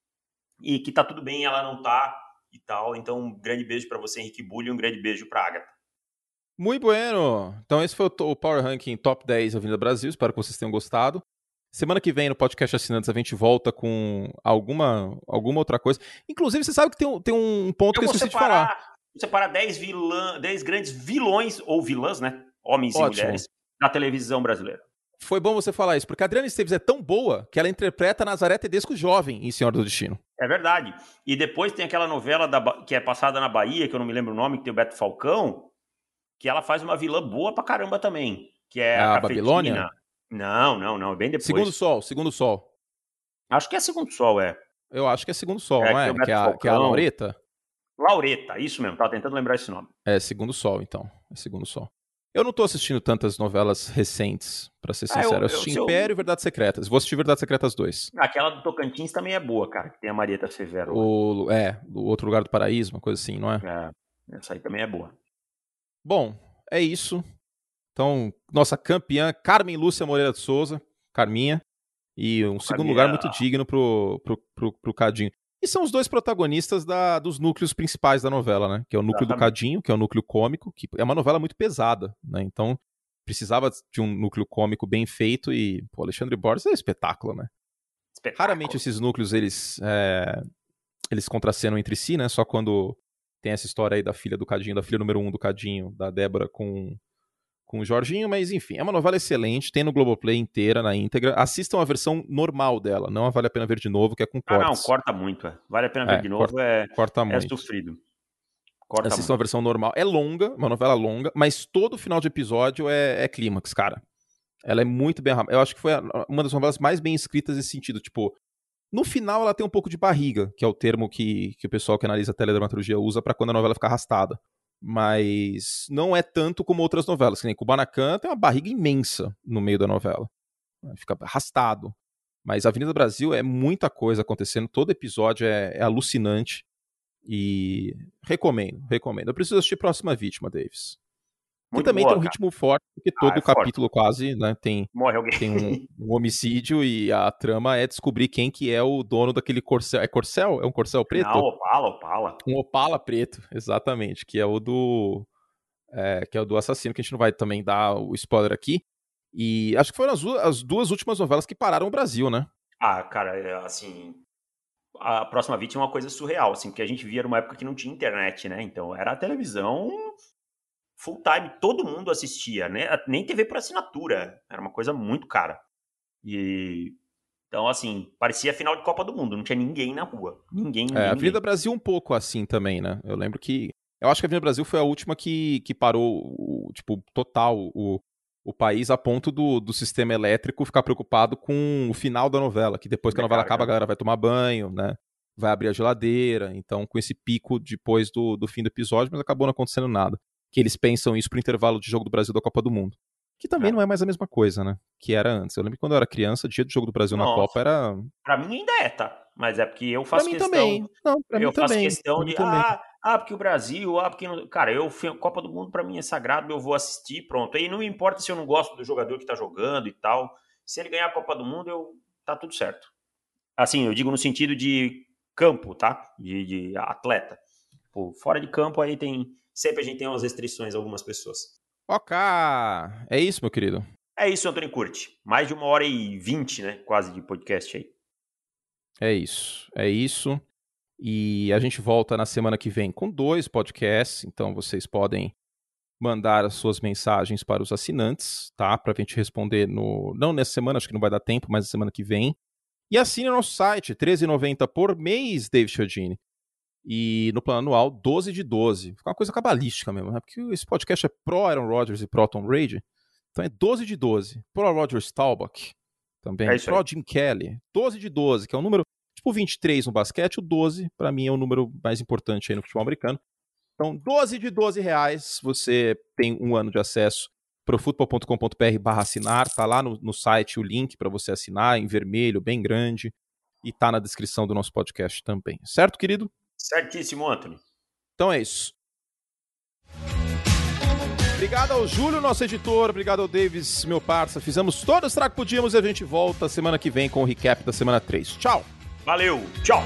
e que tá tudo bem, ela não tá e tal. Então, um grande beijo pra você, Henrique Bulho, e um grande beijo pra Agatha. Muito bueno! Então esse foi o Power Ranking Top dez Avenida Brasil, espero que vocês tenham gostado. Semana que vem, no podcast Assinantes, a gente volta com alguma, alguma outra coisa. Inclusive, você sabe que tem um, tem um ponto eu que eu vou esqueci separar, de falar. Vou separar dez, vilã, dez grandes vilões, ou vilãs, né? Homens Ótimo. e mulheres, da televisão brasileira. Foi bom você falar isso, porque a Adriana Esteves é tão boa que ela interpreta Nazaré Tedesco jovem em Senhora do Destino. É verdade. E depois tem aquela novela da, que é passada na Bahia, que eu não me lembro o nome, que tem o Beto Falcão, que ela faz uma vilã boa pra caramba também, que é, É a, a Cafetina. Babilônia? Não, não, não, bem depois. Segundo Sol, Segundo Sol. Acho que é Segundo Sol, é. Eu acho que é Segundo Sol, É, não que é? tem o Que é, a, Beto que é a Falcão. Laureta? Laureta, isso mesmo, tava tentando lembrar esse nome. É Segundo Sol, então. É Segundo Sol. Eu não tô assistindo tantas novelas recentes, pra ser Ah, sincero. eu- eu assisti eu- se eu- Império e Verdades Secretas. Vou assistir Verdades Secretas dois. Aquela do Tocantins também é boa, cara, que tem a Marieta Severo. lá. O, é, do Outro Lugar do Paraíso, uma coisa assim, não é? É, essa aí também é boa. Bom, é isso. Então, nossa campeã, Carmen Lúcia Moreira de Souza, Carminha. E um segundo Carminha. lugar muito digno pro, pro, pro, pro Cadinho. E são os dois protagonistas da, dos núcleos principais da novela, né? Que é o núcleo do Exatamente. Cadinho, que é o núcleo cômico, que é uma novela muito pesada, né? Então, precisava de um núcleo cômico bem feito e, pô, Alexandre Borges é um espetáculo, né? Espetáculo. Raramente esses núcleos, eles, é, eles contracenam entre si, né? Só quando tem essa história aí da filha do Cadinho, da filha número um do Cadinho, da Débora com, com o Jorginho, mas enfim, é uma novela excelente, tem no Globoplay inteira, na íntegra. Assistam a versão normal dela, não vale a pena ver de novo, que é com Ah, não, cortes. corta muito. É. Vale a pena ver É, de novo, corta- é, Corta é muito. sofrido. Corta Assistam a muito. versão normal. É longa, uma novela longa, mas todo final de episódio é, é clímax, cara. Ela é muito bem... Eu acho que foi a- uma das novelas mais bem escritas nesse sentido. Tipo, no final ela tem um pouco de barriga, que é o termo que, que o pessoal que analisa a teledramaturgia usa pra quando a novela fica arrastada. Mas não é tanto como outras novelas. Que nem Kubanacan tem uma barriga imensa no meio da novela. Fica arrastado. Mas Avenida Brasil é muita coisa acontecendo. Todo episódio é, é alucinante. E recomendo, recomendo. Eu preciso assistir Próxima Vítima, Davis. Muito que também boa, tem um cara. ritmo forte, porque Ah, todo é forte. capítulo quase, né, tem, Morre alguém. tem um, um homicídio e a trama é descobrir quem que é o dono daquele corcel. É corcel? É um corcel preto? Não, Opala, Opala. Um Opala preto, exatamente, que é o do é, que é o do assassino, que a gente não vai também dar o spoiler aqui. E acho que foram as, du- as duas últimas novelas que pararam o Brasil, né? Ah, cara, é, assim... A Próxima Vítima é uma coisa surreal, assim, porque a gente via numa época que não tinha internet, né? Então era a televisão full time, todo mundo assistia, né? Nem T V por assinatura, era uma coisa muito cara. E então, assim, parecia final de Copa do Mundo, não tinha ninguém na rua, ninguém, ninguém, É, a ninguém. Avenida Brasil um pouco assim também, né? Eu lembro que, eu acho que a Avenida Brasil foi a última que, que parou, o, tipo, total, o, o país a ponto do, do sistema elétrico ficar preocupado com o final da novela, que depois que a novela acaba a galera vai tomar banho, né? Vai abrir a geladeira, então com esse pico depois do, do fim do episódio, mas acabou não acontecendo nada. Que eles pensam isso pro intervalo de jogo do Brasil da Copa do Mundo. Que também É. não é mais a mesma coisa, né? Que era antes. Eu lembro que quando eu era criança, dia do jogo do Brasil Nossa. na Copa era... Pra mim ainda é, tá? Mas é porque eu Pra faço mim questão... também. Não, pra eu mim faço também. questão Pra mim de... também. Ah, ah, porque o Brasil... Ah, porque... Não... Cara, eu... Copa do Mundo pra mim é sagrado, eu vou assistir, pronto. Aí não me importa se eu não gosto do jogador que tá jogando e tal. Se ele ganhar a Copa do Mundo, eu... tá tudo certo. Assim, eu digo no sentido de campo, tá? De, de atleta. Pô, fora de campo aí tem... Sempre a gente tem umas restrições, algumas pessoas. Ok. É isso, meu querido. É isso, Antônio Curti. Mais de uma hora e vinte, né? Quase de podcast aí. É isso. É isso. E a gente volta na semana que vem com dois podcasts. Então vocês podem mandar as suas mensagens para os assinantes, tá? Pra gente responder no... Não nessa semana, acho que não vai dar tempo, mas na semana que vem. E assine o nosso site, treze reais e noventa centavos por mês, David Chiodini. E no plano anual, doze de doze. Fica uma coisa cabalística mesmo, né? Porque esse podcast é pro Aaron Rodgers e pro Tom Brady. Então é doze de doze. Pro Roger Staubach também. É pro Jim Kelly. doze de doze, que é um número tipo vinte e três no basquete. O doze, pra mim, é o número mais importante aí no futebol americano. Então, doze de doze reais. Você tem um ano de acesso pro futebol ponto com ponto b r barra assinar. Tá lá no, no site o link para você assinar, em vermelho, bem grande. E tá na descrição do nosso podcast também. Certo, querido? Certíssimo, Anthony. Então é isso. Obrigado ao Júlio, nosso editor. Obrigado ao Davis, meu parça. Fizemos todo o estrago que podíamos e a gente volta semana que vem com o recap da semana três. Tchau. Valeu. Tchau.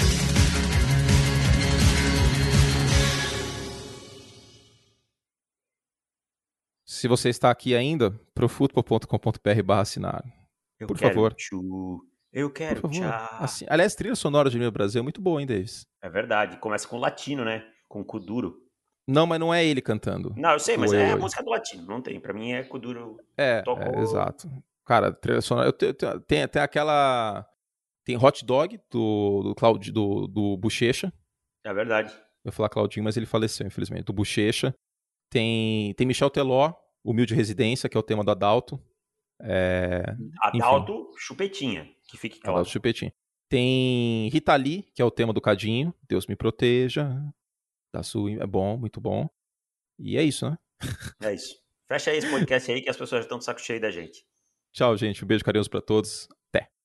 Se você está aqui ainda, pro futebol ponto com ponto b r barra assinar. Eu Por quero favor. Tchu. Eu quero Por favor. tchau. Assim, aliás, trilha sonora de Meu Brasil é muito boa, hein, Davis? É verdade. Começa com latino, né? Com Kuduro. Não, mas não é ele cantando. Não, eu sei, mas O é eu, a eu. música do latino. Não tem. Pra mim é Kuduro. É, Tocou... é, exato. Cara, trilha sonora... Eu te, te, tem, tem aquela... Tem Hot Dog, do, do, Claudi, do, do Bochecha. É verdade. Eu ia falar Claudinho, mas ele faleceu, infelizmente. Do Bochecha. Tem, tem Michel Teló, Humilde Residência, que é o tema do Adalto. É... Adalto Chupetinha, que fique claro. Adalto Chupetinha. Tem Rita Lee, que é o tema do Cadinho. Deus me proteja. Da sua... É bom, muito bom. E é isso, né? É isso. Fecha aí esse podcast aí que as pessoas estão de saco cheio da gente. Tchau, gente. Um beijo carinhoso pra todos.